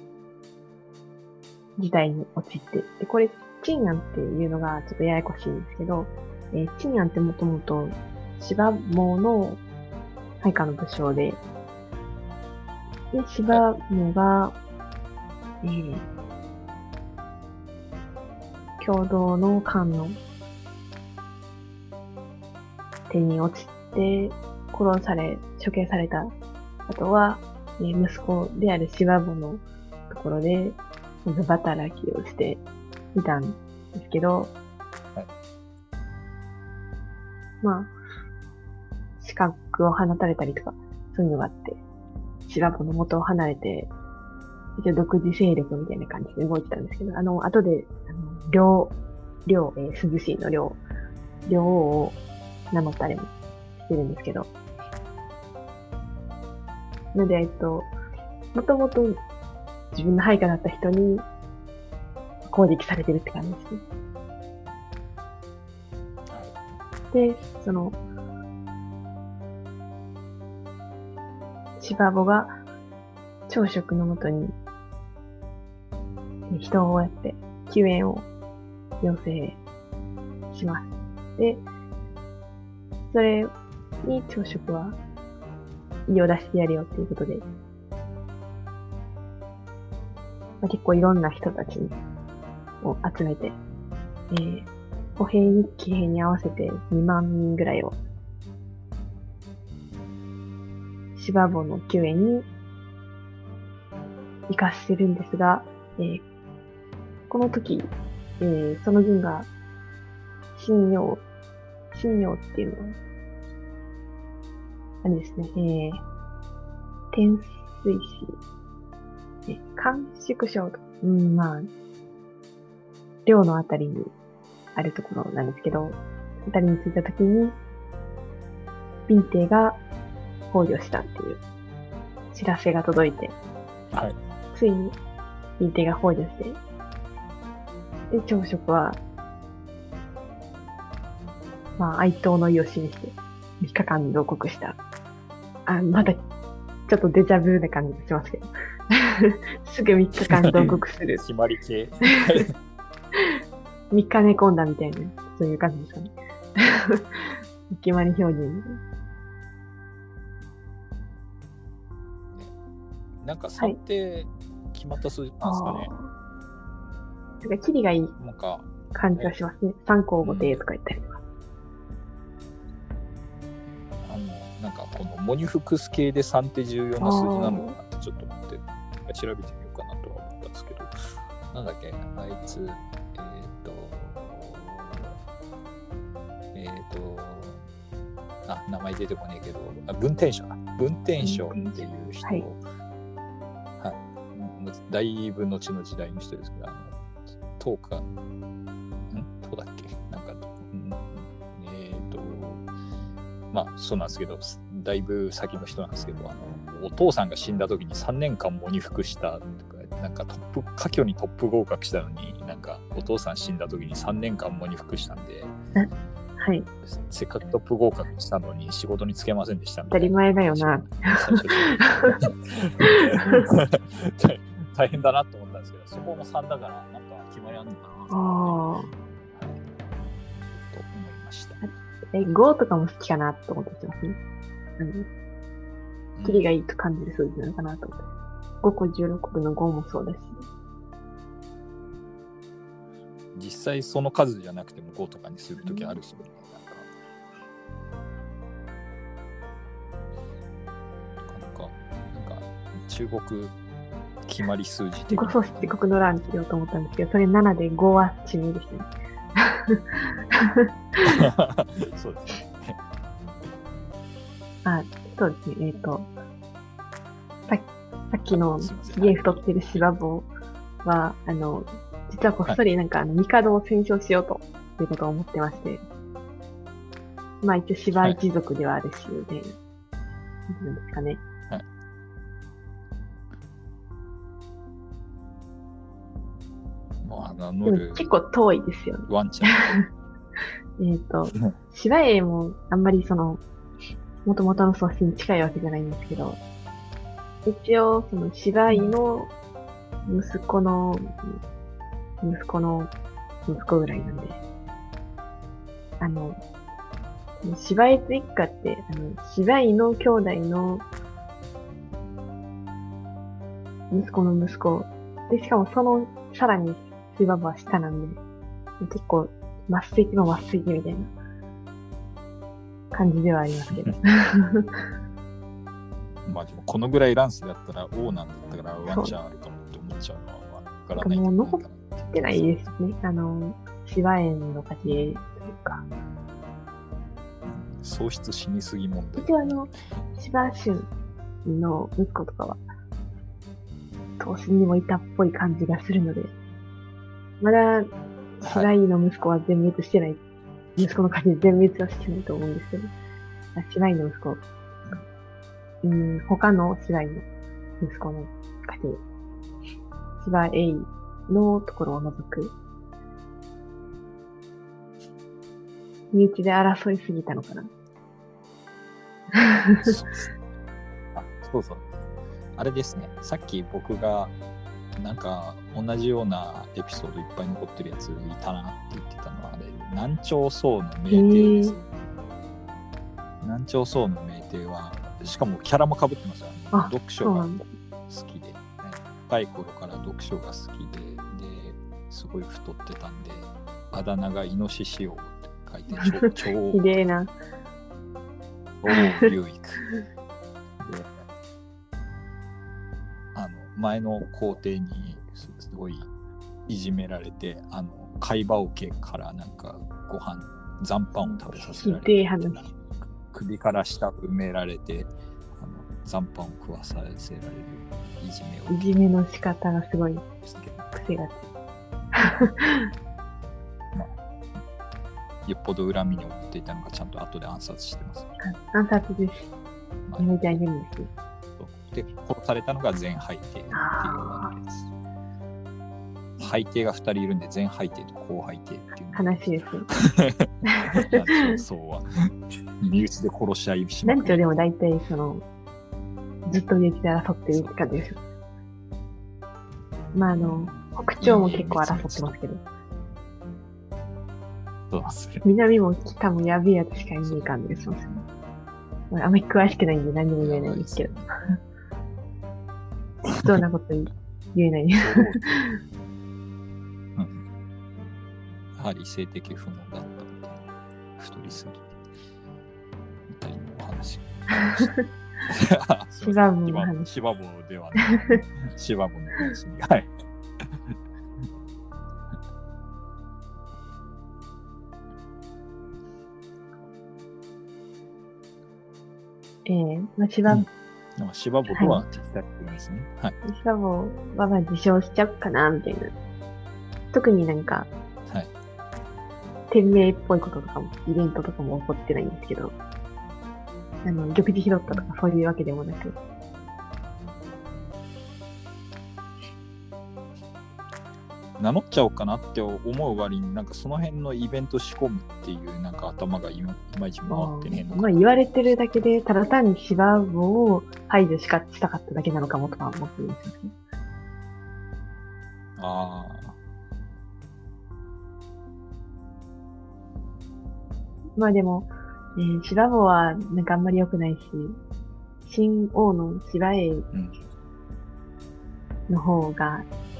時代に陥って、で、これ、陳安っていうのがちょっとややこしいんですけど、えー、陳安ってもともと芝坊の配下の武将で、で、芝坊が、えー、共同の官の手に落ちて殺され、処刑された後は、えー、息子である芝坊のところで、水働きをしていたんですけど、 はい、 まあ、資格を放たれたりとか、そういうのがあって、芝坊の元を離れて、一応独自勢力みたいな感じで動いてたんですけど、あの、後で、あの、両、両、えー、涼しいの両、両を名乗ったりもしてるんですけど、なので、えっと、もともと自分の配下だった人に攻撃されてるって感じですね。で、その、芝坊が朝食のもとに人をやって救援を要請します。で、それに朝食は胃を出してやるよっていうことで、まあ、結構いろんな人たちを集めて、えー、歩兵に騎兵に合わせてにまんにんぐらいを芝坊の救援に生かしてるんですが、 えーこの時、えーその軍が、信用、信用っていうのは、あれですね、えー、天水市、え甘粛省と、うん、まあ、寮のあたりにあるところなんですけど、あたりに着いた時に、ビンテイが崩御したっていう知らせが届いて、 はい。 ついにビンテイが崩御して、で、朝食は、まあ、哀悼の意を示して、みっかかん同国した。あ、まだ、ちょっとデジャブな感じがしますけど。すぐみっかかん同国する。 決まり系。 みっか寝込んだみたいな、そういう感じですかね。お決まり表現。 なんか算定決まった数字なんですかね。 なんか、キリがいいなんか、 感じがしますね。三項五定とか言ったりとか。 あの、なんかこのモニフクス系で算定重要な数字なのかなってちょっと思って調べてみようかなとは思ったんですけど、なんだっけ、あいつ、えっ、と、えっ、と、あ、名前出てこねえけど、あ文天章だ。文天章っていう人、 はいはい、もうだいぶ後の時代の人ですけど、あの、唐か、ん唐だっけなんか、んえっ、と、まあそうなんですけど、だいぶ先の人なんですけど、あのお父さんが死んだ時にさんねんかん喪に服したとか、なんかトップ科挙にトップ合格したのに、なんかお父さん死んだ時にさんねんかん喪に服したんで、 はい。 せっかくトップ合格したのに仕事に就けませんでしたみ当たり前だよな。 最初大変だなと思ったんですけど、そこもさんだからなんか決まりあるのかなと思って、はい、と思いました。 え、ごとかも好きかなと思ってますね。あの、キリがいいと感じる数字なのかなと思って。ごこじゅうろっこのごもそうだし。 実際その数じゃなくてもごとかにするときあるそうね。なんか、なんか、なんか中国決まり数字的な。 ごそうして国の欄にしようと思ったんですけど、それななでごは地味でしたね。 そうですね。 あ、そうですね。えっ、ー、と、さ、さっきのすげえ太ってる芝坊は、あの、実はこっそりなんか、あの、帝を戦勝しようということを思ってまして、まあ一応芝一族ではあるし、みたいな、なんですかね。 はい。まあ、名乗る。 結構遠いですよね。 ワンちゃん。 えっと、芝栄もあんまりその、もともとの祖先に近いわけじゃないんですけど、一応、その芝居の息子の、息子の息子ぐらいなんで、あの、芝居一家って、あの、芝居の兄弟の息子の息子、で、しかもその、さらに芝場は下なんで、結構、末席の末席みたいな感じではありますけど。 まあでもこのぐらいランスだったら王なんだったからワンチャンあるかもって思っちゃうのはわからないけど。 もう残ってないですね。あの、芝園の家系というか。 喪失しにすぎ問題。 一応あの、芝春の息子とかは、当選にもいたっぽい感じがするので、まだ、芝居の息子は全滅してない、はい、息子の家系全滅はしてないと思うんですけど、芝居の息子、うん、他の芝居の息子の家系、芝居のところを除く、身内で争いすぎたのかな。 そうあそうそう。あれですね、さっき僕がなんか同じようなエピソードいっぱい残ってるやついたなって言ってたのは、あれ、南朝宋の名帝です。南朝宋の名帝は、しかもキャラも被ってますよね。読書が好きで、ね、若い頃から読書が好きで、ですごい太ってたんで、あだ名がイノシシ王って書いて、超綺麗な。 超流育。あの前の皇帝にごいいじめられて、あの貝羽桶からなんかご飯残飯を食べさせられて、首から下埋められて、あの残飯を食わさせられるいじめをいじめの仕方がすごい癖がつよっぽど恨みに思っていたのかちゃんと後で暗殺してます。 暗殺です。 まあ、 やめてあげるんですよ。 で殺されたのが全背景っていうわけです。背景がふたりいるんで全背景と後背景っていう話ですよ。 そうは身内で殺し合いしまく団長でも大体そのずっと撃で争ってるって感じですよ。まああの北朝も結構争ってますけど、 そうですね、 南も北もやべえやつしかいない感じがしますね。あんまり詳しくないんで何も言えないんですけど。どんなこと言えない。 うん、やはり性的不問だったみたいな、太りすぎみたいなお話。 シバボの話。 シバボではない。シバボの話に。はい。 ええー、まあ、シバ、うん、 シバボとは敵対するんですね。はい。 シバボはまあ自称しちゃうかな、みたいな。特になんか、 はい。 天命っぽいこととかも、イベントとかも起こってないんですけど、あの、玉璽拾ったとかそういうわけでもなく。 名乗っちゃおうかなって思う割に、なんかその辺のイベント仕込むっていうなんか頭がいまいち回ってねえのか。 まあ言われてるだけで、ただ単にシバボを排除しかしたかっただけなのかもとか思ってるんですよ。 ああ。 まあでも、えー、シバボはなんかあんまり良くないし、新王のシバエの方が、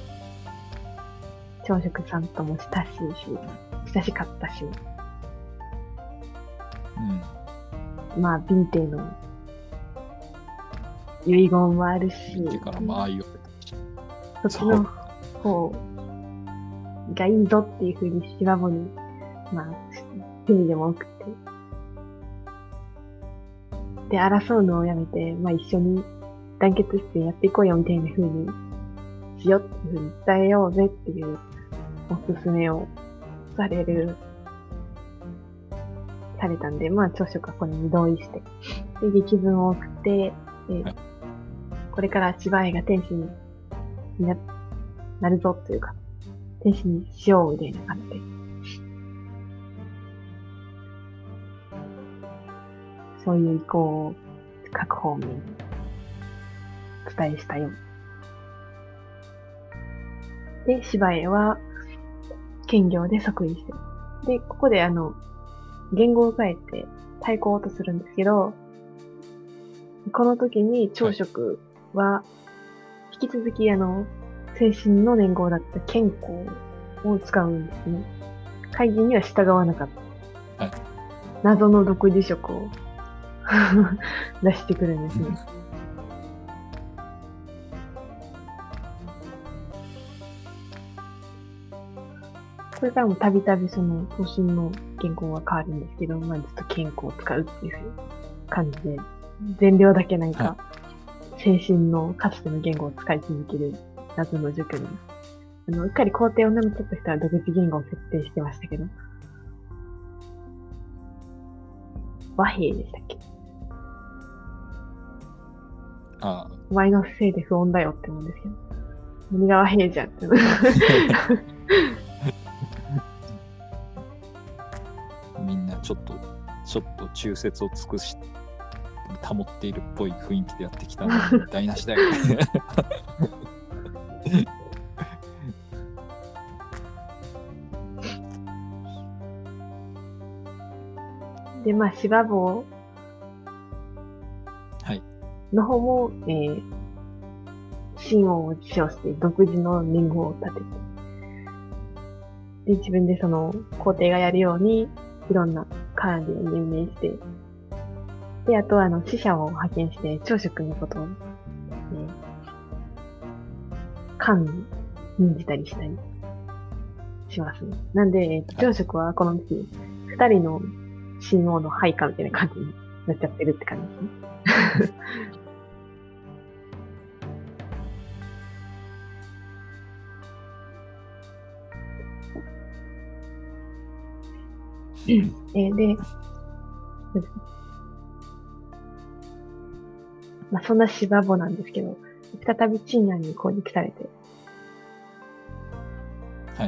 朝食さんとも親しいし、親しかったし、 うん、 まあ、ビンテイの遺言もあるし、 ビンテからまあいいよ。 そっちの方がいいぞっていうふうにシバボに、まあ、罪でも送って。で、争うのをやめて、まあ一緒に団結してやっていこうよみたいな風にしようっていう風に伝えようぜっていうおすすめをされる、されたんで、まあ朝食はこれに同意して、で、劇文を送って、でこれからシバエが天使に な, なるぞというか、天使にしようみたいな感じで。そういう意向を各方面に伝えしたよ。で、芝居は兼業で即位してる。で、ここであの、言語を変えて対抗とするんですけど、この時に朝食は引き続きあの、精神の年号だった健康を使うんですね。会議には従わなかった。 はい、 謎の独自色を出してくるんですね。これからもたびたびその頭身の言語は変わるんですけど、まあずっと健康を使うっていう感じで、善良だけなんか、精神のかつての言語を使い続ける謎の塾に。あの、うっかり皇帝を舐めたとしたら独自言語を設定してましたけど、和平でしたっけ？ ああ、 お前のせいで不穏だよって思うんですけど。何が和平じゃんって。 みんなちょっと、ちょっと忠説を尽くし、保っているっぽい雰囲気でやってきたのに台無しだよね。 で、まあ、芝坊の方も、えー、神王を使用して独自の年号を立てて、で、自分でその皇帝がやるようにいろんな管理を任命して、で、あとはあの使者を派遣して朝食のことを、ね、管理任じたりしたりしますね。なんで、えっと、朝食はこの時、二人の親王の配下みたいな感じになっちゃってるって感じですね。えーで、まあ、そんな芝母なんですけど、再び陳南に攻撃されて。 はい。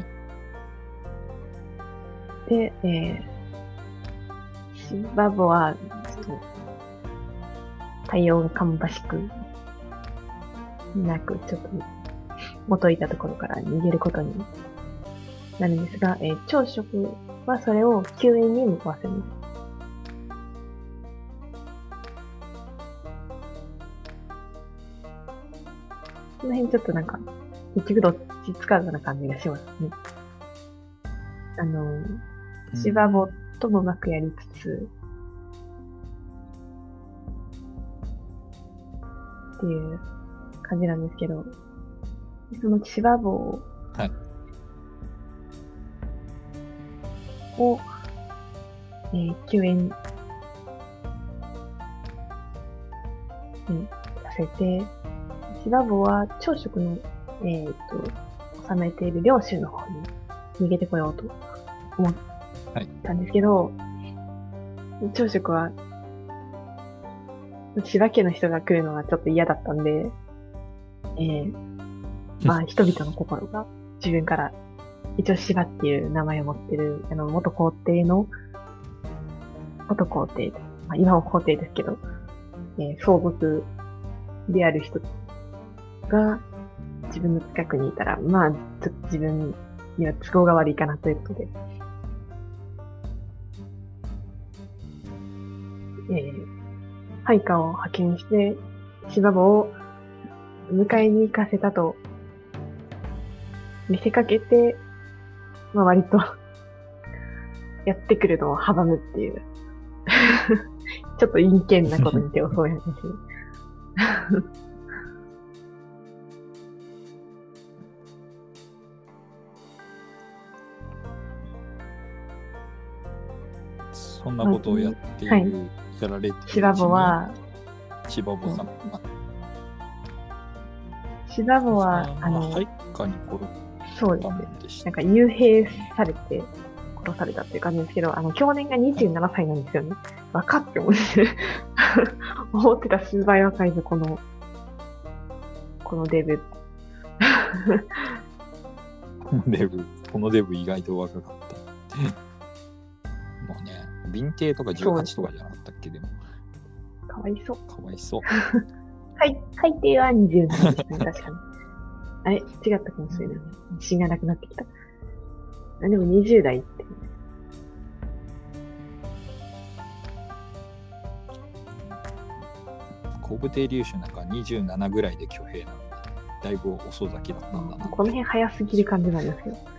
で、えー、芝母は、ちょっと、対応が芳しくなく、ちょっと、元いたところから逃げることになるんですが、えー、朝食はそれを救援に向かわせます。この辺ちょっとなんか、結局どっちつかずな感じがしますね。あの、芝母ともうまくやりつつ、っていう感じなんですけど、その芝母を、 はい、 を、えー、救援にさせて、芝母は朝食の、えっと、収めている領主の方に逃げてこようと思ったんですけど、はい、朝食は、芝家の人が来るのがちょっと嫌だったんで、えー、まあ人々の心が自分から、一応芝っていう名前を持ってる、あの、元皇帝の、元皇帝、まあ今も皇帝ですけど、えー、相続である人が自分の近くにいたら、まあ、ちょっと自分には都合が悪いかなということで、えー、配下を派遣して、芝母を迎えに行かせたと見せかけて、まあ割とやってくるのを阻むっていう、ちょっと陰険なことに手を添えるんですね。 そんなことをやっている、 はい、 やられている芝母は、 芝母さん。 芝母は、あの、 配下に殺そうです。なんか幽閉されて殺されたっていう感じですけど、あの、去年がにじゅうななさいなんですよね。若って思って、思ってた数倍若いぞ、この、このデブ。 このデブ、このデブ意外と若かった。もうね、ビンテイとかじゅうはちとかじゃなかったっけ、でも。 かわいそう。 かわいそう。 はい、海底はにじゅうななですね、確かに。あれ違ったかもしれない。自信がなくなってきた。あ、でもにじゅう代って。 後部帝竜種なんかにじゅうななぐらいで挙兵なので、だいぶ遅咲きだったんだな。 この辺早すぎる感じなんですけど。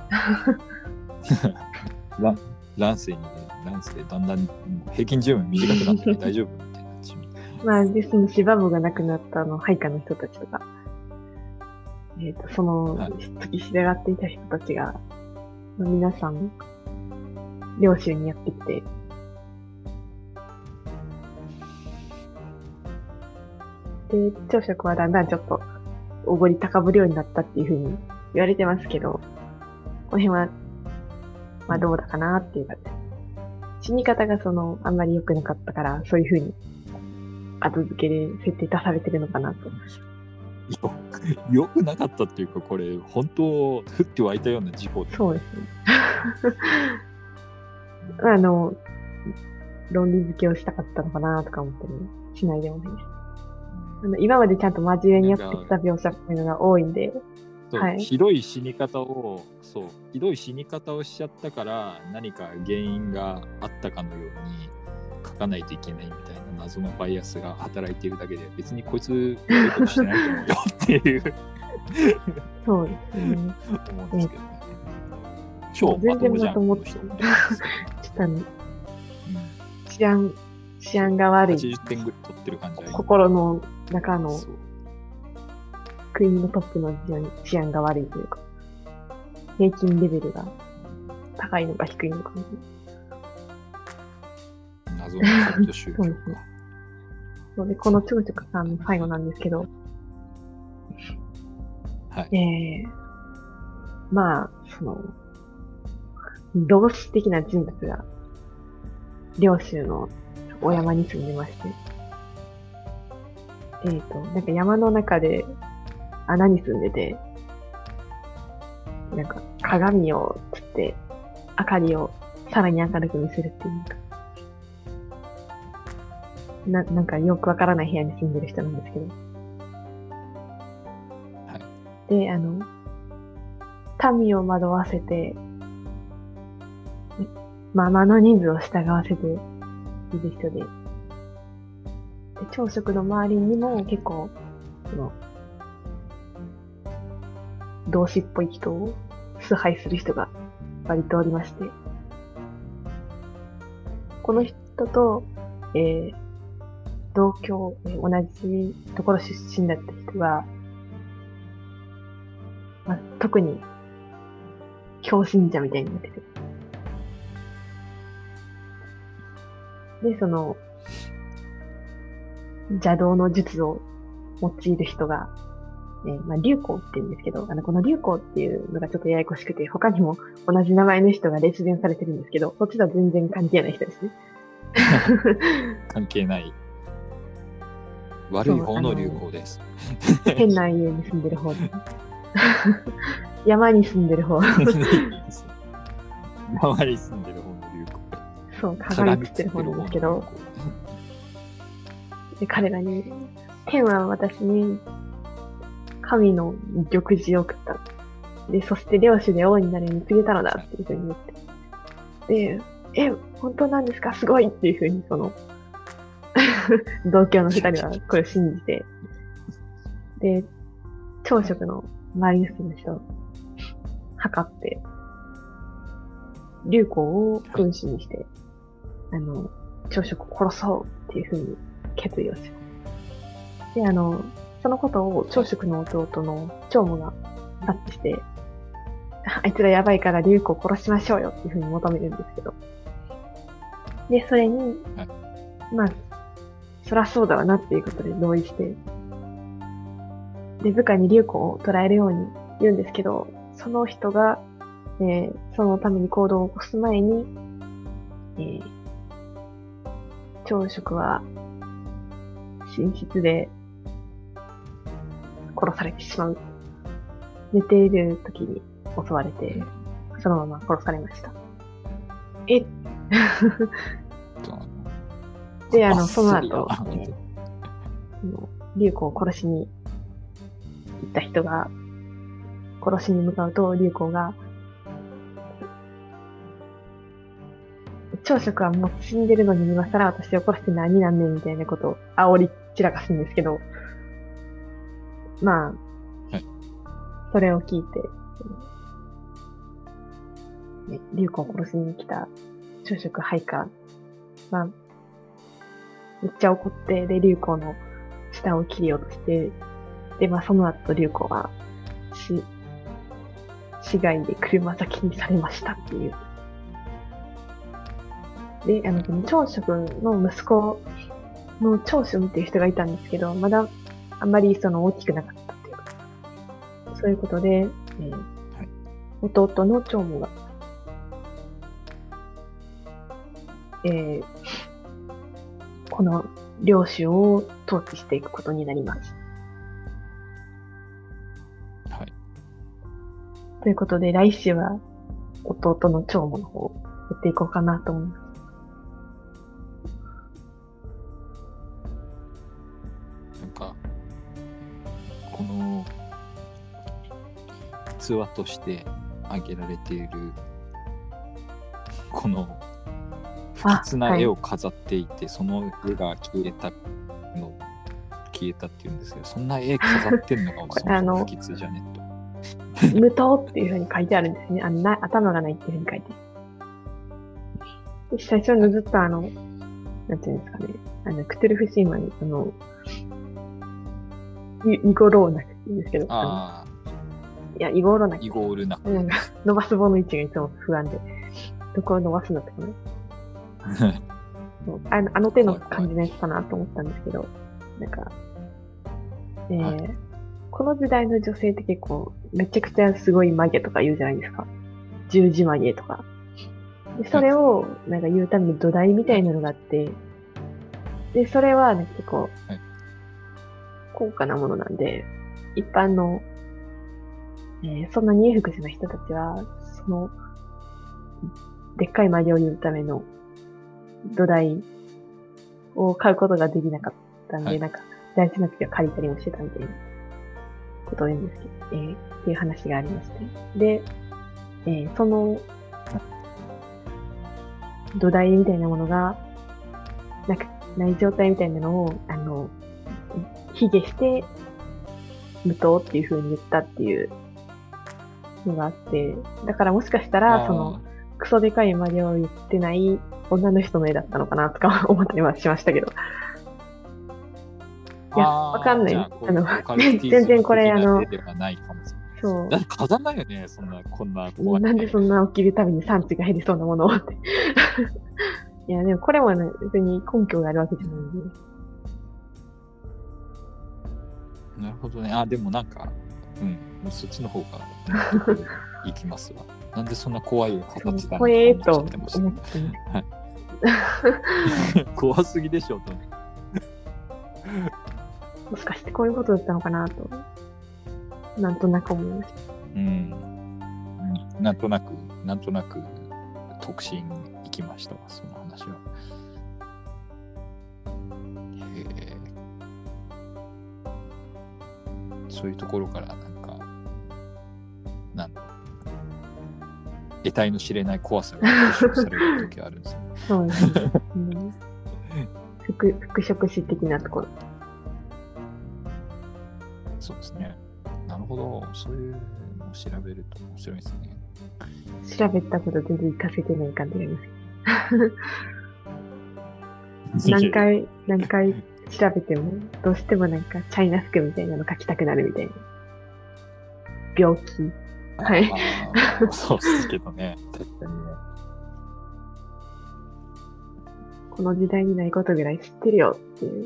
ラ乱世に、乱世でだんだん平均寿命短くなって大丈夫みたいな。 まあ、で、その芝生がなくなったあの配下の人たちとか、えっ、ー、と、その、突きし上がっていた人たちが、皆さん、領主にやってきて、で、朝食はだんだんちょっと、おごり高ぶるようになったっていうふうに言われてますけど、この辺は、まあどうだかなっていうか、死に方がその、あんまり良くなかったから、そういうふうに、後付けで設定出されてるのかなと。 よ, よくなかったっていうか、これ、本当、降って湧いたような事故で。 そうですね。あの、論理付けをしたかったのかなとか思っても、しないでもないです。あの今までちゃんと真面目にやってきた描写っていうのが多いんで、 はい、ひどい死に方を、そう、ひどい死に方をしちゃったから、何か原因があったかのように書かないといけないみたいな謎のバイアスが働いているだけで、別にこいつ悪いことしてないと思うよっていうそうですね。思うんですけどね。 超全然まともって、ちょっとあの、うん、治安、治安が悪い。 はちじゅってんぐらい取ってる感じ。 心の中の国のトップの治安治安が悪いというか、平均レベルが高いのか低いのかみたいな。 謎のカルト宗教か。 そうで、このちょくちょくさんの最後なんですけど、 はい。 えー、まあ、その、同志的な人物が、領州のお山に住んでまして、えっ、と、なんか山の中で穴に住んでて、なんか鏡をつって明かりをさらに明るく見せるっていうか、な、なんかよくわからない部屋に住んでる人なんですけど。 はい。 で、あの、民を惑わせて、まあまあの人数を従わせている人で、で朝食の周りにも結構、その、同志っぽい人を崇拝する人が割とおりまして、この人と、えー、同郷、えー、同じところ出身だった人が、まあ、特に、狂信者みたいになってて。で、その、邪道の術を用いる人が、えー、まあ、流行って言うんですけど、あの、この流行っていうのがちょっとややこしくて、他にも同じ名前の人が列伝されてるんですけど、そっちとは全然関係ない人ですね。 関係ない。悪い方の流行です。 変な家に住んでる方で。山に住んでる方。 山に住んでる方の流行。 そう、鏡つってる方なんですけど、で彼らに、天は私に神の玉璽を送った。で、そして領主で王になるように告げたのだっていうふうに言って。で、え、本当なんですかすごいっていうふうにその、同郷の二人はこれを信じて、で、朝食の周りの人の人を測って、流行を君主にして、あの、朝食を殺そうっていうふうに決意をします。で、あの、そのことを朝食の弟の長母が察知して、あいつらやばいから流行を殺しましょうよっていうふうに求めるんですけど。で、それに、まあ、そらそうだわなっていうことで同意して、で、部下に流行を捉えるように言うんですけど、その人が、えー、そのために行動を起こす前に、えー、朝食は寝室で殺されてしまう。寝ている時に襲われて、そのまま殺されました。えで、あの、その後、えー、流行を殺しに行った人が、殺しに向かうと、流行が、朝食はもう死んでるのに今更私を殺して何なんねんみたいなことを煽り散らかすんですけど、まあ、はい、それを聞いて、ね、流行を殺しに来た朝食配下は、めっちゃ怒って、で、流行の下を切り落として、で、まあその後流行は、し、市外で車先にされましたっていう。で、あの、この朝食の息子の長春っていう人がいたんですけど、まだあんまりその大きくなかったっていうか、そういうことで、えーはい、弟の長母が、えー、この領主を統治していくことになります。 はい。 ということで、来週は弟の長母の方をやっていこうかなと思います。 なんか、この逸話として挙げられている、この不吉な絵を飾っていて、はい、その絵が消えたの、消えたっていうんですけど、そんな絵飾ってんのがそもそも不吉じゃねと。 無頭っていう風に書いてあるんですね。あのな頭がないっていう風に書いてある。最初にずっとあの、なんていうんですかね、あの、クトゥルフ神話に、その、ニゴロウな、 んですけど、 ああ、 いや、イゴールなくイゴールなく。 なんか伸ばす棒の位置がいつも不安で、どこを伸ばすのってかね。あのあの手の感じのやつかなと思ったんですけど、なんか、えーはいこの時代の女性って結構、めちゃくちゃすごい曲げとか言うじゃないですか。十字曲げとか。でそれを、なんか言うために土台みたいなのがあって、で、それは、ね、結構はい、 高価なものなんで、一般の、えーそんなに裕福じゃない人たちは、その、でっかい曲げを言うための土台を買うことができなかったんで、 はいなんか、大事な時は借りたりもしてたみたいなことを言うんですけど、えーっていう話がありまして。で、えーその、土台みたいなものが、なく、ない状態みたいなのを、あの、卑下して、無糖っていう風に言ったっていうのがあって、だからもしかしたら、その、クソでかいまでを言ってない女の人の絵だったのかなとか思ったりはしましたけど。いや、わかんない。あの、全然これあの、 ではないかもしれない。 そう。 だって飾んないよね、そんな、こんな怖い。なんでそんな起きるたびに産地が減りそうなものをって。いや、でもこれもね、別に根拠があるわけじゃないんで。 なるほどね。あ、でもなんか、うん、もうそっちの方がいきますわ。なんでそんな怖い形だな怖えと思ってました。 思ってね。 怖すぎでしょとね。 もしかしてこういうことだったのかなと、なんとなく思いました。 うん。うん、なんとなく、なんとなく特進いきましたわ、その話は。へえ。そういうところからなんか、なんだろう。得体の知れない怖さが払拭される時あるんですよね。 そうですね。うん、復復職史的なところ。 そうですね。なるほど。そういうのを調べると面白いですね。 調べたこと全然活かせてない感じがあります。何回、何回調べても、どうしてもなんか、チャイナ服みたいなの描きたくなるみたいな。病気。はい。 そうですけどね。確かにね。 この時代にないことぐらい知ってるよっていう。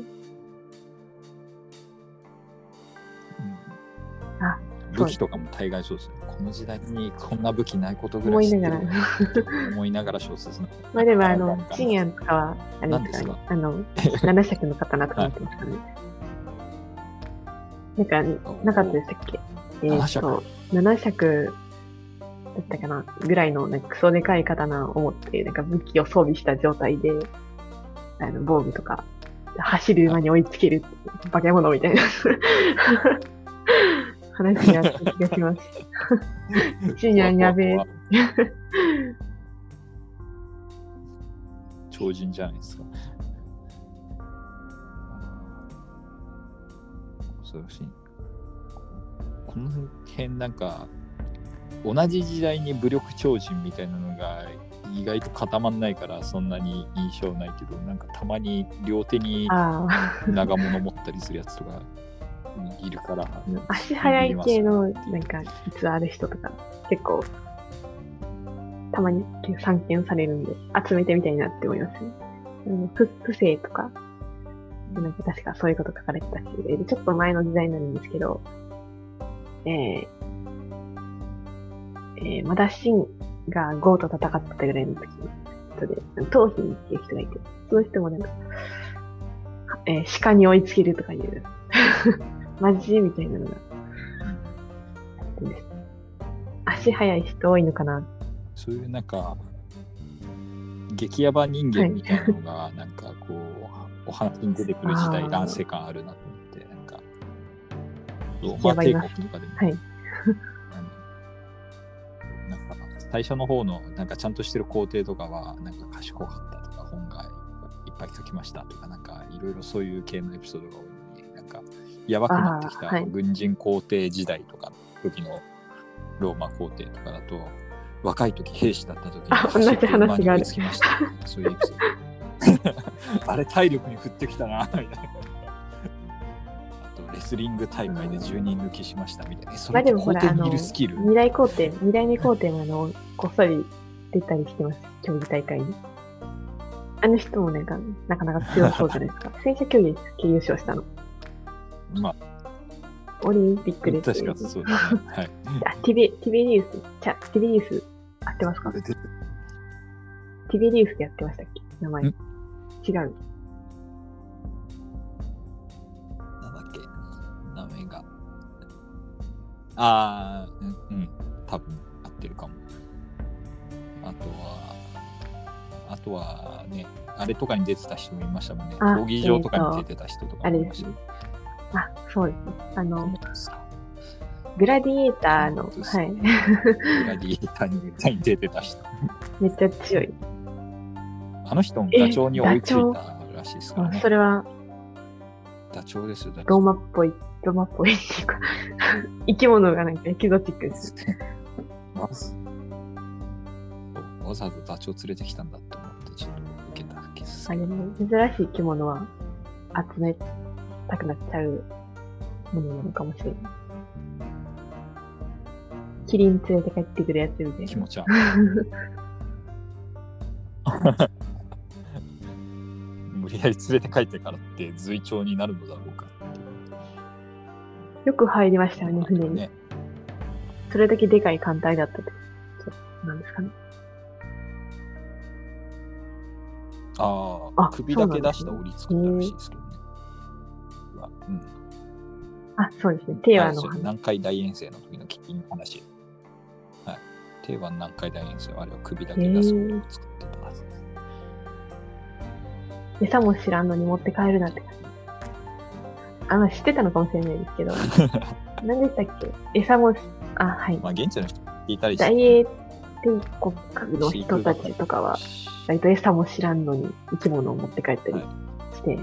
うん、あ、武器とかも大概そうですね。この時代にこんな武器ないことぐらい知ってるよ思いながら小説の。 まあでもあの、チンアンとかは、あれですかね。あの、七尺の刀とか持ってますかね。なんか、なかったでしたっけ？えー、となな尺だったかなぐらいのなんかクソでかい刀を持ってなんか武器を装備した状態であの防具とか走る馬に追いつける化け物みたいな話があった気がします。チンヤンやべえ。 超人じゃないですか。恐ろしい。この辺なんか同じ時代に武力超人みたいなのが意外と固まんないからそんなに印象ないけど、なんかたまに両手に長物持ったりするやつとかいるから足速い系のなんか実はある人とか結構たまに散見されるんで集めてみたいなって思いますね。あの不正とかなんか確かそういうこと書かれてたし、ちょっと前の時代になるんですけど、えーえー、まだシンがゴーと戦ってたぐらいの時の人で、トーヒンっていう人がいて、その人もなんか、えー、鹿に追いつけるとかいう、マジみたいなのが、足速い人多いのかな。 そういうなんか、激ヤバ人間みたいなのが、はい、なんかこう、お話に出てくる時代、乱世感あるなと思って、なんか、ローマ帝国とかでも、 はい、 なんか最初の方のなんかちゃんとしてる皇帝とかはなんか賢かったとか本がいっぱい書きましたとかなんかいろいろそういう系のエピソードが多いのに、なんかやばくなってきた軍人皇帝時代とかの時のローマ皇帝とかだと、若い時兵士だった時に走って馬に追いつきましたとかそういうエピソードあれ体力に振ってきたなみたいな。あとレスリング大会でじゅうにん抜きしましたみたいな。えそまれって校あでもほら、あの、 庭にいるスキル二大皇帝、二代目皇帝もあの、こっそり出たりしてます。競技大会に。あの人もなんか、なかなか強そうじゃないですか。戦車競技で優勝したの。 まあ、 オリンピックで。 確かそうですね。はい。 あ、ティベ、ティベリウス。じゃあ、ティベリウス、合ってますか？ でティベリウスでやってましたっけ名前。違んう。 なんだっけ名前が。あー、うん、うん、多分合ってるかも。あとは、あとはね、あれとかに出てた人もいましたもんね。 あ闘技場とかに出てた人とかもいましたね。 あ、そうですね。あの、 そうですかグラディエーターの、 そうですはい。 グラディエーターに出てた人。 めっちゃ強い。 あの人もダチョウに追いついたらしいですからあね。 それは、 ダチョウですよ、ダチョローウ。 マっぽい、ローマっぽいっていうか、生き物がなんかエキゾチックです。 わざわざわざダチョウ連れてきたんだと思ってちょっと受けたわけです。 あれね、珍しい生き物は集めたくなっちゃうものなのかもしれない。キリン連れて帰ってくるやつみたいな。 気持ちは。無理やり連れて帰ってからって随調になるのだろうかっていうよく入りましたよね、船に。 ね。 それだけでかい艦隊だったって。そうなんですかね。 あああ、首だけ出した檻作ったらしいですけどね。うん。 あ、そうですね。テーワのあそう話。 南海大遠征の時の聞きの話。はい。テーワの南海大遠征はあれは首だけ出す檻を作ってたはずです。 餌も知らんのに持って帰るなんて。あ、まあ知ってたのかもしれないですけど。何でしたっけ餌も、あ、はい。 まあ現地の人聞いたりして。 大英帝国の人たちとかは、割と餌も知らんのに生き物を持って帰ったりして、はい、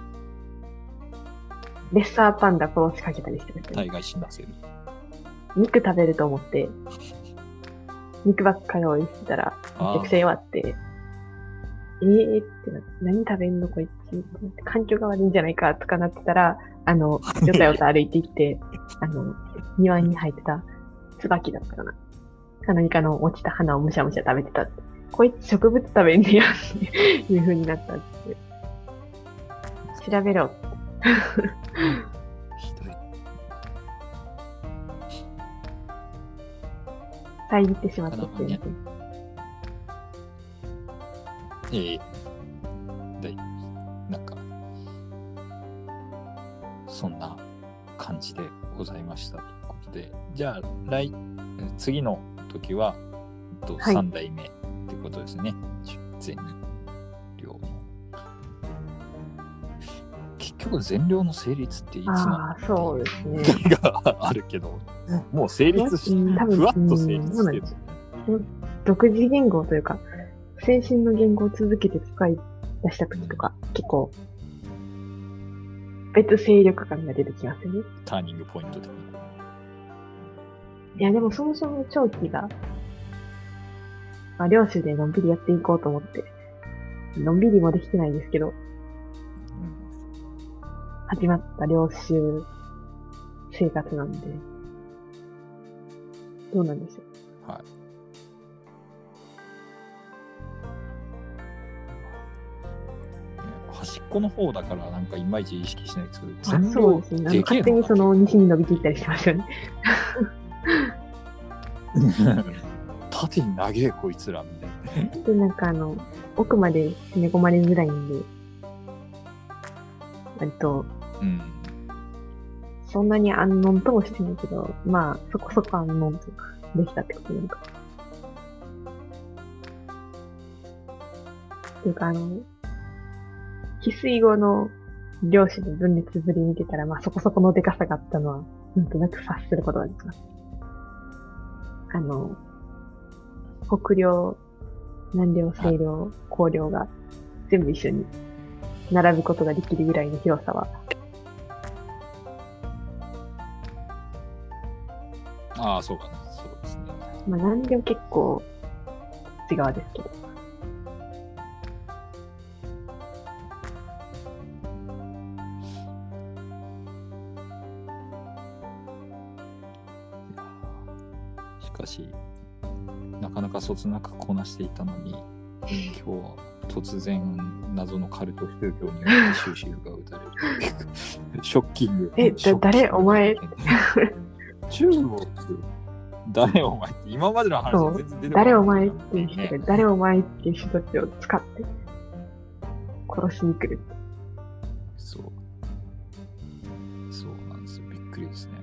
レッサーパンダ殺しかけたりしてましたね。 大概死なせる。 肉食べると思って、肉ばっかり用意してたら、めちゃくちゃ弱って、えーってなって、何食べんのこいつ環境が悪いんじゃないかとかなってたら、あの、よたよた歩いていって、あの、庭に生えてた椿だったかな。何かの落ちた花をむしゃむしゃ食べてたって。こいつ植物食べんねやっていう風になったって。調べろって。 ひどい。 遮ってしまったっていう、ね。 ええで、なんか、そんな感じでございましたということで、じゃあ、来、次の時は、とはい、 さん代目ってことですね。全量の。結局、全量の成立っていつなのああ、そうですね。 があるけど、もう成立し、 うん、 ふわっと成立してる。 独自言語というか、先進の言語を続けて使い出した時とか、うん、結構、別勢力感が出てきますよね。 ターニングポイント的に。 いや、でもそもそも長期が、まあ、領主でのんびりやっていこうと思って、のんびりもできてないですけど、うん、始まった領主生活なんで、どうなんでしょう。 はい。端っこの方だからなんかいまいち意識しないですけど、全そうですね。勝手にその西に伸びていったりしましたよね。 縦に長えこいつらみたいな。 で、なんかあの、奥まで締め込まれづらいんで、割と、うん、そんなに安穏ともしてないけど、まあ、そこそこ安穏とかできたってことなのか。っていうかあの、翡翠後の漁師の分裂ぶり見てたら、まあそこそこのデカさがあったのは、なんとなく察することができます。あの、北領、南領、西領、高領が全部一緒に並ぶことができるぐらいの広さは。 ああ、そうかね。そうですね。 まあ南領結構、こっち側ですけど。 昔なかなかそつなくこなしていたのに、今日は突然謎のカルト宗教によって収集が打たれるショッキング。 え、だ誰お前中国誰お前って今までの話そう全然出てこない。 誰お前っていう人が、 ね誰お前っていう人たちを使って殺しに来る。 そうそうなんですよ。びっくりですね。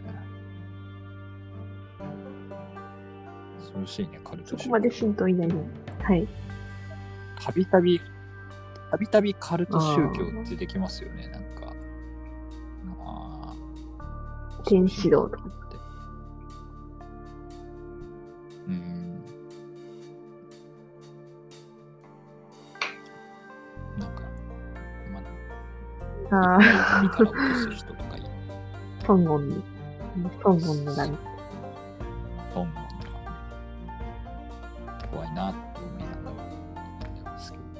恐ろしいね、カルト宗教。 そこまで浸透いないの。はい。 たびたびたびたびカルト宗教ってできますよね。なんかあ天使道とかってうーんなんかまああ、 海から落とす人とかいる。 孫悟に。孫悟の波。 本物とか怖いなって思いながら見てますけど、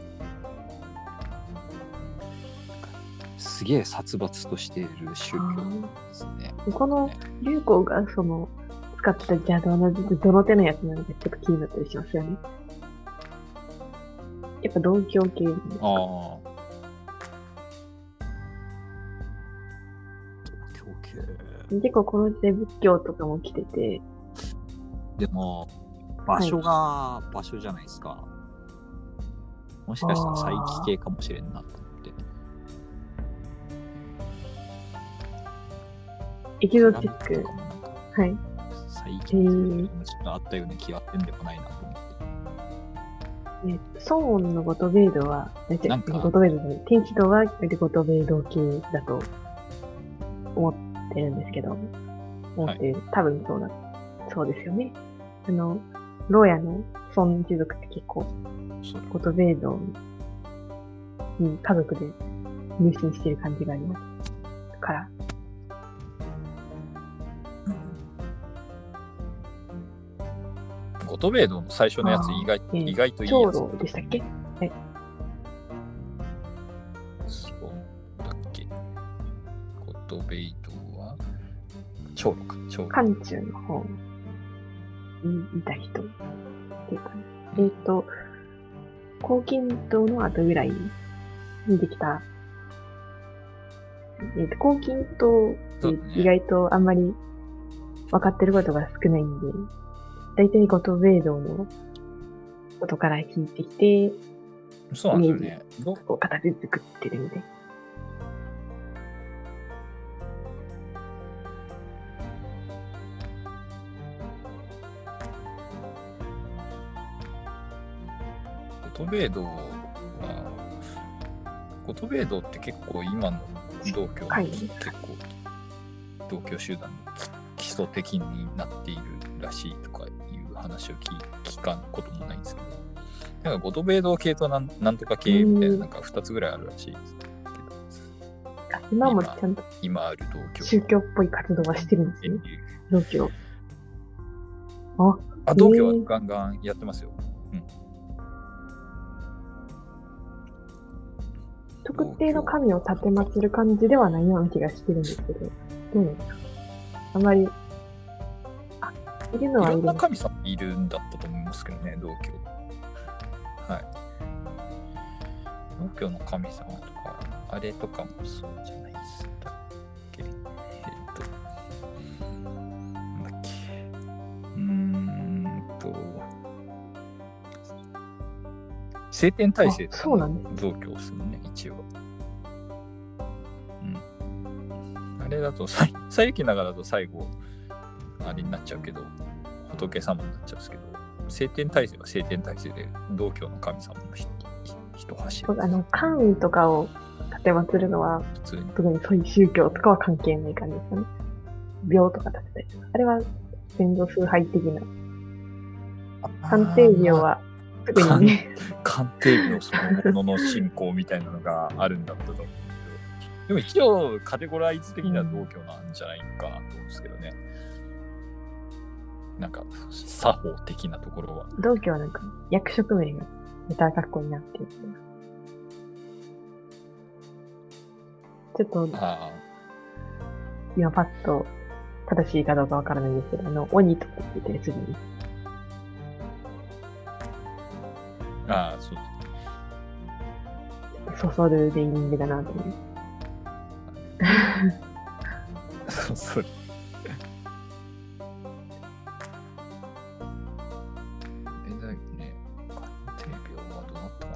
すげえ殺伐としている宗教ですね。 この流行がその使った邪道などの手のやつなのでちょっと気になったりしますよね。やっぱ道教系ですか。 ああ。道教系。 結構この時代仏教とかも来てて。 でも、場所が、はい、場所じゃないですか。もしかしたら再起系かもしれんなと思って。 エキゾチック。はい。 再起系もちょっとあったような気がせんでもないなと思って。 ね、孫悟のゴトベイドは、なんかゴトベイドじゃない、天使道はゴトベイド系だと思ってるんですけど、思ってる、はい、多分そうだ、そうですよね。あの、牢屋の孫一族って結構、ゴトベイドに家族で入信してる感じがありますから。 ゴトベイドの最初のやつ意外、えー、意外といいやつ。 長老でしたっけ？はい。 そうだっけ。ゴトベイドは長老か。長老。 漢中の方にいた人っていうか、ね、えっ、ー、と、黄金島の後ぐらいにできた、えー、と黄金島って意外とあんまり分かってることが少ないんで、大体ゴトベイドのことから引いてきて、 そうなんですよね。 どう形作ってるみたいな。 ゴトベイドは、ゴトベイドって結構今の道教の結構道教集団の基礎的になっているらしいとかいう話を 聞, 聞かんこともないんですけど、なんかゴトベイド系となん、なんとか系みたいななんかふたつぐらいあるらしいですけど、 今もちゃんと今ある道教宗教っぽい活動はしてるんですね。道教。あ、 あ、道教はガンガンやってますよ。うん。 特定の神を立て祀る感じではないような気がしてるんですけど、どうなんですか？あまり、あ、いるのはいる。 いろんな神様いるんだったと思いますけどね、道教。はい。道教の神様とか、あれとかもそうじゃないですかっけ。えっと、なんだっけ。うーんと、聖天体制とか道教ですもんね、一応。うん。あれだと、西域長だと最後、あれになっちゃうけど、仏様になっちゃうんですけど、聖天体制は聖天体制で、道教の神様の一柱。 あの、官位とかを立て祀るのは、特にそういう宗教とかは関係ない感じですかね。廟とか建てたりとか。あれは先祖崇拝的な。鑑定廟は、特にね。 鑑定廟そのものの信仰みたいなのがあるんだったと思うけど、でも一応カテゴライズ的には道教なんじゃないかなと思うんですけどね。なんか作法的なところは。 道教はなんか役職名がネタ格好になっている。ちょっと今パッと正しいかどうかわからないんですけど、あの鬼とかって言ったりするんです。 ああ、そうそそるネーミングだなと思う。 そうそう。え、だよね。鑑定病はどうなった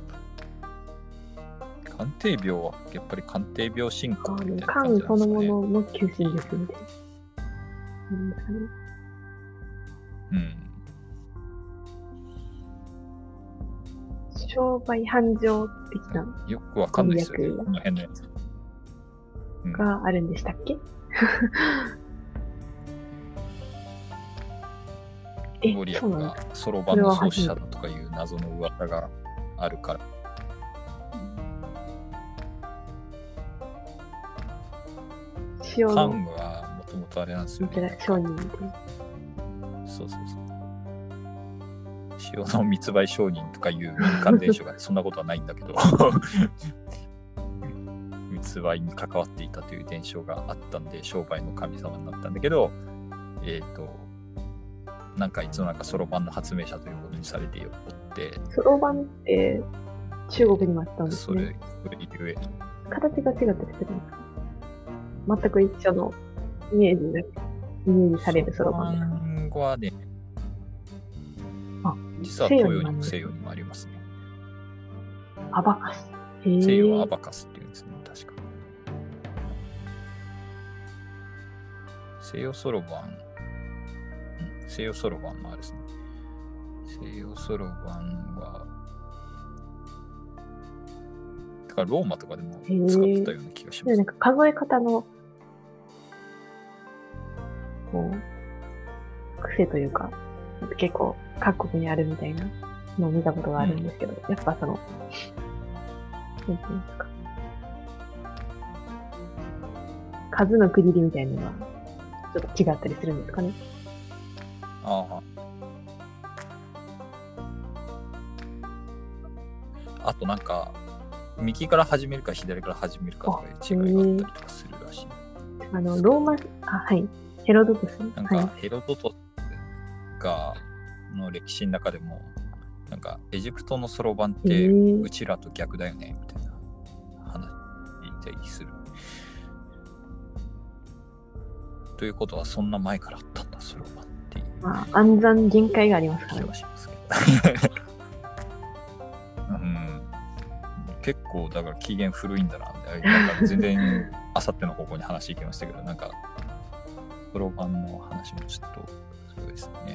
かな。鑑定病はやっぱり鑑定病進行みたいな感缶じなんですかね。 そのものの求心ですみたいな。なんですかね。 うん。 商売繁盛的なよくわかんないですよね、 翻訳この辺のやつ。うん、 があるんでしたっけ？え、 ゴリアクがそうなんだ。 そろばんの創始者だとかいう謎の噂があるから。 塩の缶はもともとあれなんですよね。 商人で。 そうそうそう。塩の密売商人とかいう民間伝承がそんなことはないんだけど密売に関わっていたという伝承があったんで商売の神様になったんだけど、えっ、ー、となんかいつの間にかそろばんの発明者ということにされておって、 そろばんって中国にもあったんですそね。 れそれゆえ形が違ったりするんですか？全く一緒のイメージでイメージされるそろばんですか？ そろばんはね、 あ、 実は東洋にも西洋にもありますね。 アバカス。へー。 西洋はアバカスっていうんですね、確か。西洋そろばん、西洋そろばんもあるですね。西洋そろばんは、だからローマとかでも使ってたような気がします。 なんか数え方のこう癖というか、結構各国にあるみたいなのを見たことがあるんですけど、うん、やっぱその、なんていうんですか、数の区切りみたいなのはちょっと違ったりするんですかね。 ああ。あとなんか、右から始めるか左から始めるかとかいう違いがあったりとかするらしい。 あの、ローマ、あ、はい。ヘロドトス。 なんか、ヘロドトスが、の歴史の中でも、なんか、エジプトのそろばんって、うちらと逆だよね、みたいな話言ったりする。ということは、そんな前からあったんだ、そろばんっていう。 まあ、暗算限界がありますから気はしますけど。うん。結構、だから期限古いんだな、なんか全然、あさっての方向に話いきましたけど、なんか、そろばんの話もちょっと、そうですね。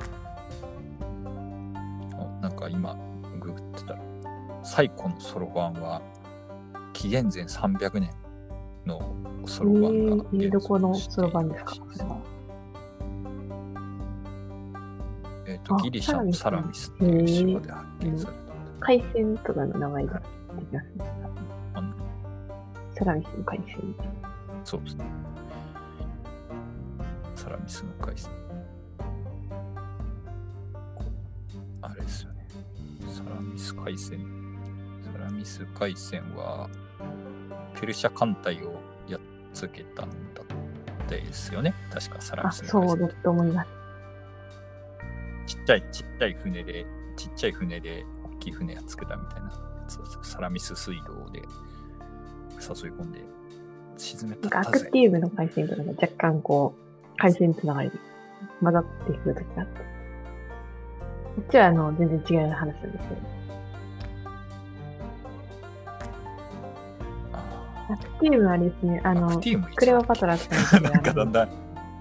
なんか今、ググってたら、最古のそろばんは、紀元前さんびゃくねんのそろばんが、 えー、どこのそろばんですか？ えっと、ギリシャのサラミスっていう島で発見された。 海鮮とかの名前がありますね。サラミスの海鮮。 そうですね。サラミスの海鮮。あれですよね。サラミス海鮮。サラミス海鮮は、ペルシャ艦隊をやっつけたんだったですよね。確かサラミスの海鮮。 あ、そうだと思います。 ちっちゃい、ちっちゃい船で、ちっちゃい船で、大きい船やっつけたみたいなやつをサラミス水道で誘い込んで沈めたなんかアクティブの海鮮とかが若干こう、海鮮つながりで混ざってくるときがあって。こっちはあの、全然違う話なんですけど。アクティブはあれですね、あの、クレオパトラさんなんかだんだん。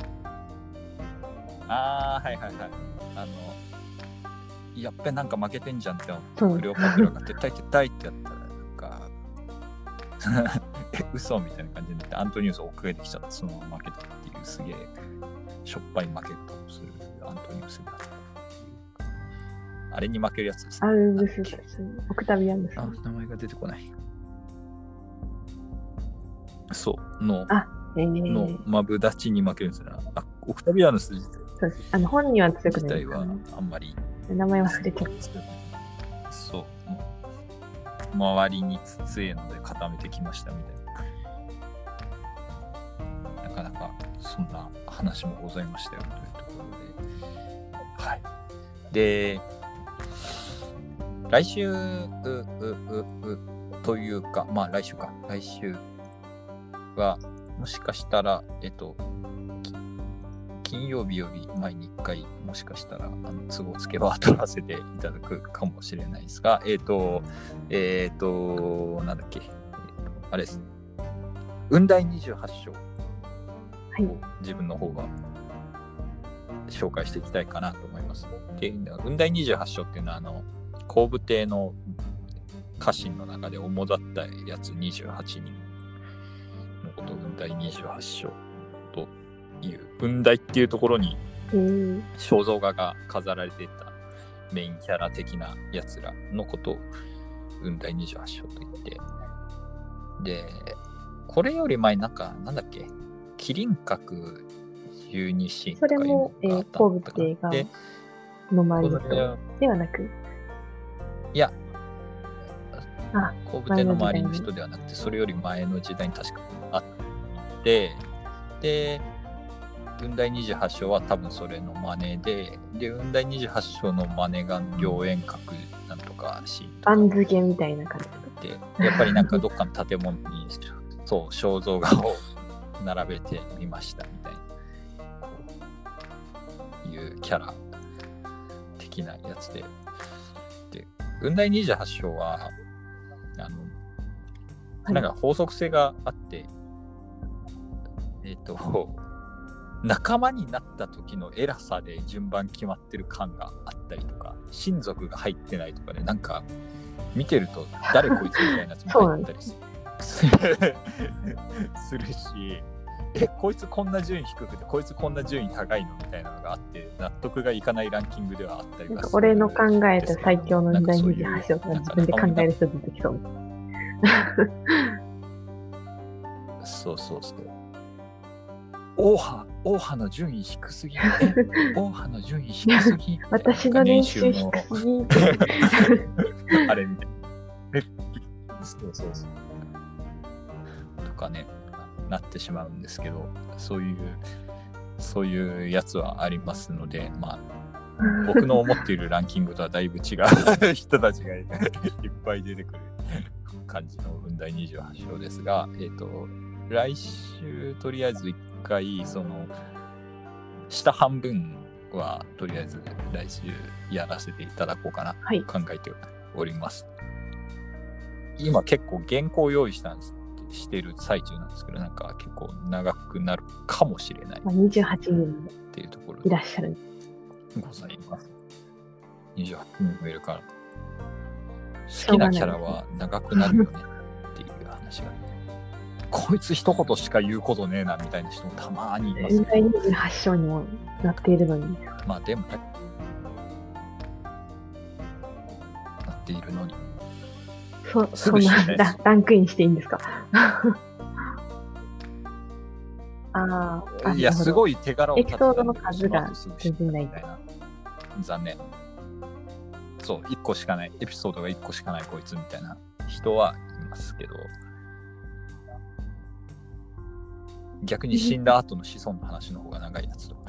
ああ、はいはいはい。あの、やっべなんか負けてんじゃんって思ってクレオパトラが撤退撤退ってやったらなんかえ嘘みたいな感じになってアントニウスを追っかけてきちゃってそのまま負けたっていうすげえしょっぱい負け方をするアントニウスがあれに負けるやつですね。アルブスオクタビアヌス。 あ、名前が出てこない。そうのあ、えー、 のマブダチに負けるんですよね。あ、オクタビアヌス自体そうです。あの本人は強くないです、ね。 自体はあんまり名前忘れちゃった。 そう。周りに強いので固めてきましたみたいな。なかなかそんな話もございましたよというところで。はい。で、 来週ううううというか、まあ来週か。来週は、もしかしたら、えっと、金曜日より前にいっかい、もしかしたら、あの都合つけば撮らせていただくかもしれないですが、えっと、えっと、なんだっけ、えーとあれです。雲台にじゅうはち章をはい。 自分の方が紹介していきたいかなと思います。で、雲台にじゅうはち章っていうのは、あの、後部帝の家臣の中で主だったやつにじゅうはちにんのことを雲台にじゅうはち章という、雲台っていうところにえー、 肖像画が飾られていたメインキャラ的なやつらのことを雲台にじゅうはち章と言って、で、これより前なんか、なんだっけ、麒麟閣じゅうに神それも、えー、後部で帝がの周りの人ではなく、 いや、 あ、 後部帝の周りの人ではなくて、それより前の時代に確かあって、で、雲台にじゅうはち章は多分それの真似で、で、雲台にじゅうはち章の真似が両円閣なんとかしとか番付みたいな感じで、やっぱりなんかどっかの建物にそう肖像画を並べてみましたみたいないうキャラ的なやつで、で、雲台にじゅうはち章はあの、はい、なんか法則性があって、えっと仲間になった時の偉さで順番決まってる感があったりとか、親族が入ってないとかで、なんか見てると誰こいつみたいなやつも入ったりするするし、え、こいつこんな順位低くてこいつこんな順位高いのみたいなのがあって、納得がいかないランキングではあったりはする。 俺の考えた最強の雲台にじゅうはち章とか自分で考える人出てきそう。 そうそうそう。王派、王派の順位低すぎ。王派の順位低すぎ。 私の練習低すぎ。 あれみたいな。そうそうそう。とかね、なってしまうんですけど、そういう、そういうやつはありますので、まあ、僕の思っているランキングとはだいぶ違う人たちがいっぱい出てくる感じの雲台にじゅうはち章ですが、えっと、来週とりあえずいっかいその下半分はとりあえず来週やらせていただこうかなと考えております、はい、今結構原稿用意したんですしてる最中なんですけど、なんか結構長くなるかもしれない、 まあ、にじゅうはちにんっていうところいらっしゃるございます。にじゅうはちにんもいるから好きなキャラは長くなるよねっていう話がこいつ一言しか言うことねえなみたいな人もたまーにいます、ね。 雲台にじゅうはち章にもなっているのに。 まあでもね、なっているのに。 そ、そんなラ、ランクインしていいんですかああ。 いや、すごい手柄を立てたエピソードの数が全然ない。 残念。そう、いっこしかない。エピソードがいっこしかないこいつみたいな人はいますけど。逆に死んだ後の子孫の話の方が長いやつと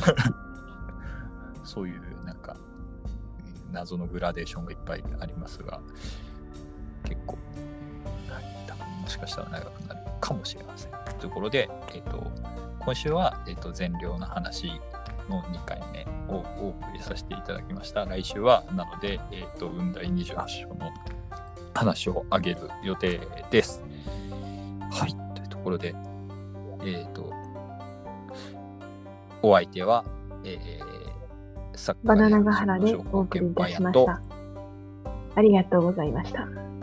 そういうなんか謎のグラデーションがいっぱいありますが、結構、はい、多分もしかしたら長くなるかもしれません。というところで、えーと、今週は、えーと、善良な話のにかいめをお送りさせていただきました。来週はなので、えーと、雲台にじゅうはち章の話をあげる予定です。はい、というところでえっと、お相手は、えー、 バナナガハラでお送りいたしました。ありがとうございました。